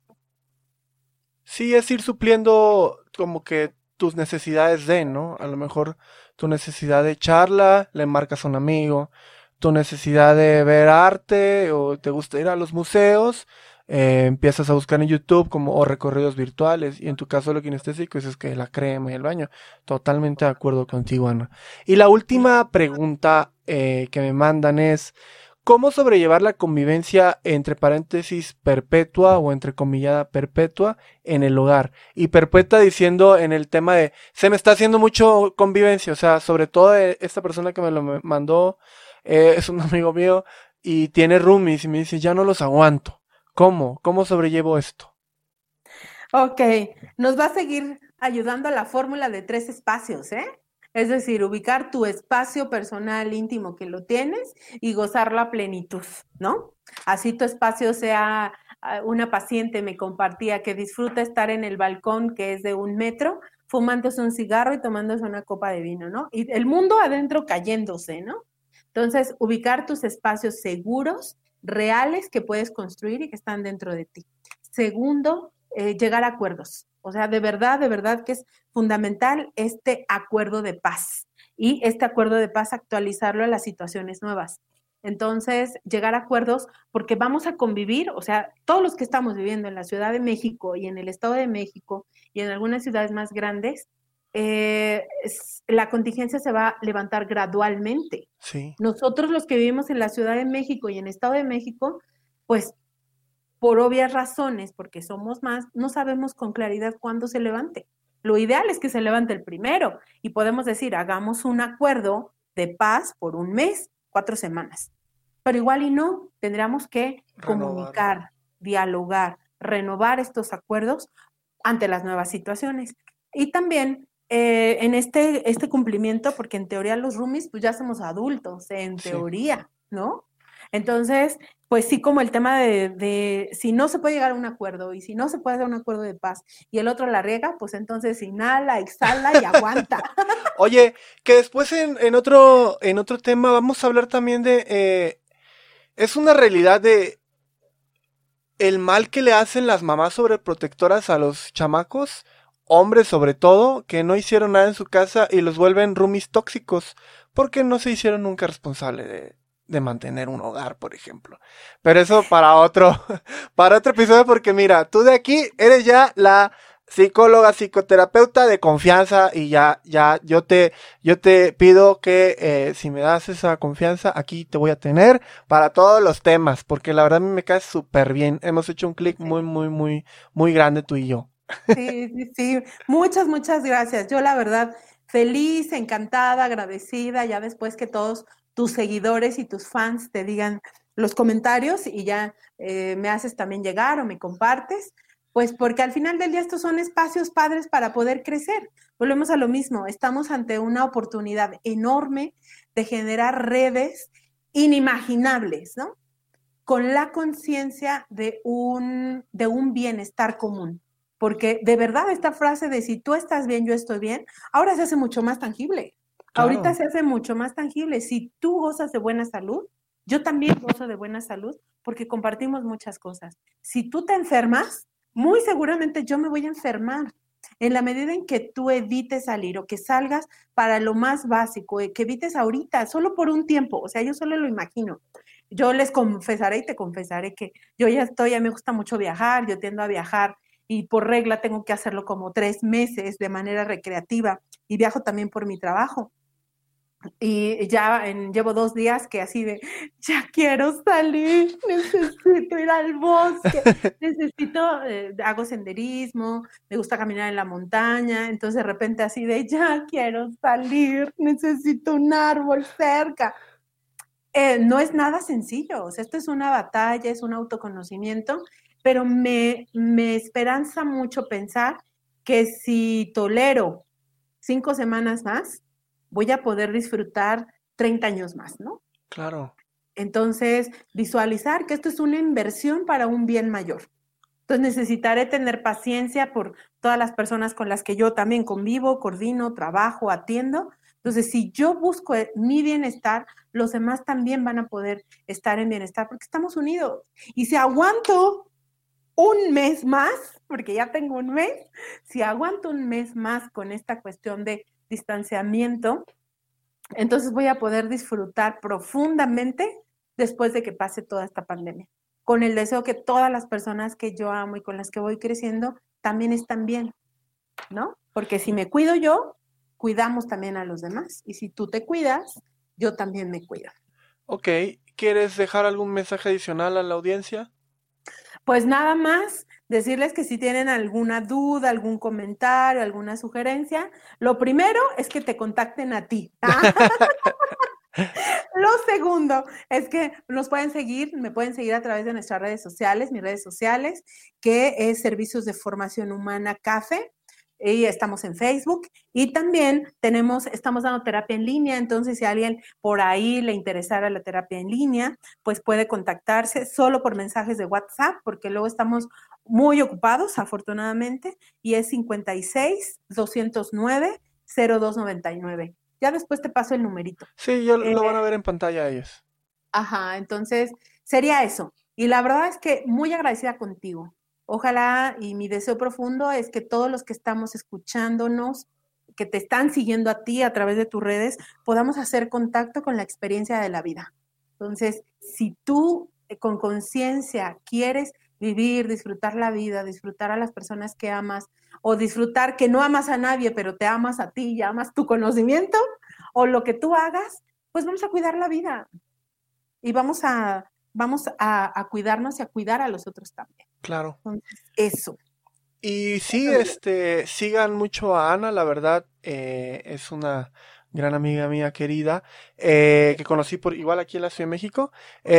Sí, es ir supliendo como que tus necesidades ¿no? A lo mejor tu necesidad de charla, le marcas a un amigo, tu necesidad de ver arte o te gusta ir a los museos, empiezas a buscar en YouTube o recorridos virtuales y en tu caso lo kinestésico es que la crema y el baño. Totalmente de acuerdo contigo, Ana. Y la última pregunta que me mandan es ¿cómo sobrellevar la convivencia entre paréntesis perpetua o entrecomillada perpetua en el hogar? Y perpetua diciendo en el tema de se me está haciendo mucho convivencia, o sea, sobre todo esta persona que me lo mandó es un amigo mío y tiene roomies y me dice ya no los aguanto. ¿Cómo sobrellevo esto? Ok, nos va a seguir ayudando a la fórmula de 3 espacios, ¿eh? Es decir, ubicar tu espacio personal íntimo que lo tienes y gozar la plenitud, ¿no? Así tu espacio sea, una paciente me compartía que disfruta estar en el balcón que es de 1 metro, fumándose un cigarro y tomándose una copa de vino, ¿no? Y el mundo adentro cayéndose, ¿no? Entonces, ubicar tus espacios seguros, reales que puedes construir y que están dentro de ti. Segundo, llegar a acuerdos. O sea, de verdad que es fundamental este acuerdo de paz y este acuerdo de paz actualizarlo a las situaciones nuevas. Entonces, llegar a acuerdos porque vamos a convivir, o sea, todos los que estamos viviendo en la Ciudad de México y en el Estado de México y en algunas ciudades más grandes, la contingencia se va a levantar gradualmente. Sí. Nosotros los que vivimos en la Ciudad de México y en el Estado de México, pues por obvias razones, porque somos más, no sabemos con claridad cuándo se levante. Lo ideal es que se levante el primero y podemos decir, hagamos un acuerdo de paz por 1 mes, 4 semanas. Pero igual y no, tendríamos que comunicar, dialogar, renovar estos acuerdos ante las nuevas situaciones. Y también en este cumplimiento, porque en teoría los roomies pues ya somos adultos, en teoría, ¿no? Entonces, pues sí, como el tema de si no se puede llegar a un acuerdo y si no se puede hacer un acuerdo de paz y el otro la riega, pues entonces inhala, exhala y aguanta. Oye, que después en otro tema vamos a hablar también de es una realidad de el mal que le hacen las mamás sobreprotectoras a los chamacos, hombres sobre todo, que no hicieron nada en su casa y los vuelven roomies tóxicos, porque no se hicieron nunca responsable de mantener un hogar, por ejemplo. Pero eso para otro episodio, porque mira, tú de aquí eres ya la psicóloga, psicoterapeuta de confianza, y ya, yo te pido que si me das esa confianza, aquí te voy a tener para todos los temas, porque la verdad a mí me cae súper bien. Hemos hecho un clic muy, muy, muy, muy grande tú y yo. Sí. Muchas gracias. Yo la verdad, feliz, encantada, agradecida, ya después que todos tus seguidores y tus fans te digan los comentarios y ya me haces también llegar o me compartes, pues porque al final del día estos son espacios padres para poder crecer. Volvemos a lo mismo, estamos ante una oportunidad enorme de generar redes inimaginables, ¿no? Con la conciencia de un bienestar común. Porque de verdad esta frase de si tú estás bien, yo estoy bien, ahora se hace mucho más tangible. Claro. Ahorita se hace mucho más tangible. Si tú gozas de buena salud, yo también gozo de buena salud porque compartimos muchas cosas. Si tú te enfermas, muy seguramente yo me voy a enfermar. En la medida en que tú evites salir o que salgas para lo más básico, que evites ahorita, solo por un tiempo, o sea, yo solo lo imagino. Yo les confesaré y te confesaré que yo ya me gusta mucho viajar, yo tiendo a viajar y por regla tengo que hacerlo como 3 meses de manera recreativa y viajo también por mi trabajo. Y ya llevo 2 días que así de, ya quiero salir, necesito ir al bosque, hago senderismo, me gusta caminar en la montaña, entonces de repente así de, ya quiero salir, necesito un árbol cerca. No es nada sencillo, o sea, esto es una batalla, es un autoconocimiento, pero me esperanza mucho pensar que si tolero 5 semanas más, voy a poder disfrutar 30 años más, ¿no? Claro. Entonces, visualizar que esto es una inversión para un bien mayor. Entonces, necesitaré tener paciencia por todas las personas con las que yo también convivo, coordino, trabajo, atiendo. Entonces, si yo busco mi bienestar, los demás también van a poder estar en bienestar porque estamos unidos. Y si aguanto un mes más, porque ya tengo un mes, si aguanto un mes más con esta cuestión de distanciamiento, entonces voy a poder disfrutar profundamente después de que pase toda esta pandemia, con el deseo que todas las personas que yo amo y con las que voy creciendo también están bien, ¿no? Porque si me cuido yo, cuidamos también a los demás. Y si tú te cuidas, yo también me cuido. Ok, ¿quieres dejar algún mensaje adicional a la audiencia? Pues nada más decirles que si tienen alguna duda, algún comentario, alguna sugerencia, lo primero es que te contacten a ti. Lo segundo es que me pueden seguir a través de nuestras redes sociales, mis redes sociales, que es Servicios de Formación Humana CAFE, y estamos en Facebook, y también estamos dando terapia en línea, entonces si a alguien por ahí le interesara la terapia en línea, pues puede contactarse solo por mensajes de WhatsApp, porque luego estamos muy ocupados, afortunadamente, y es 56-209-0299. Ya después te paso el numerito. Sí, lo van a ver en pantalla ellos. Ajá, entonces sería eso. Y la verdad es que muy agradecida contigo. Ojalá y mi deseo profundo es que todos los que estamos escuchándonos, que te están siguiendo a ti a través de tus redes, podamos hacer contacto con la experiencia de la vida. Entonces, si tú con conciencia quieres vivir, disfrutar la vida, disfrutar a las personas que amas, o disfrutar que no amas a nadie, pero te amas a ti y amas tu conocimiento, o lo que tú hagas, pues vamos a cuidar la vida. Y vamos a cuidarnos y a cuidar a los otros también. Claro. Entonces, eso. Y sí, sigan mucho a Ana, la verdad, es una gran amiga mía querida, que conocí igual aquí en la Ciudad de México.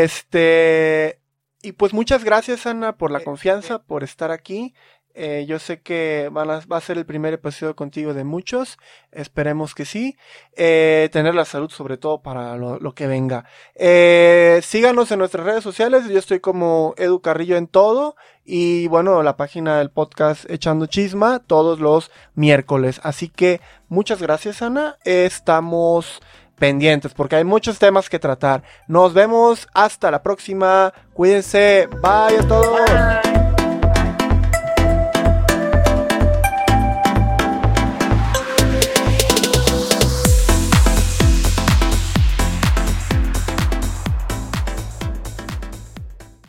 Y pues muchas gracias, Ana, por la confianza, por estar aquí. Yo sé que va a ser el primer episodio contigo de muchos, esperemos que sí, tener la salud sobre todo para lo que venga. Síganos en nuestras redes sociales, yo estoy como Edu Carrillo en todo, y bueno, la página del podcast Echando Chisma todos los miércoles, así que muchas gracias, Ana, estamos pendientes porque hay muchos temas que tratar. Nos vemos hasta la próxima, cuídense, bye a todos. Bye.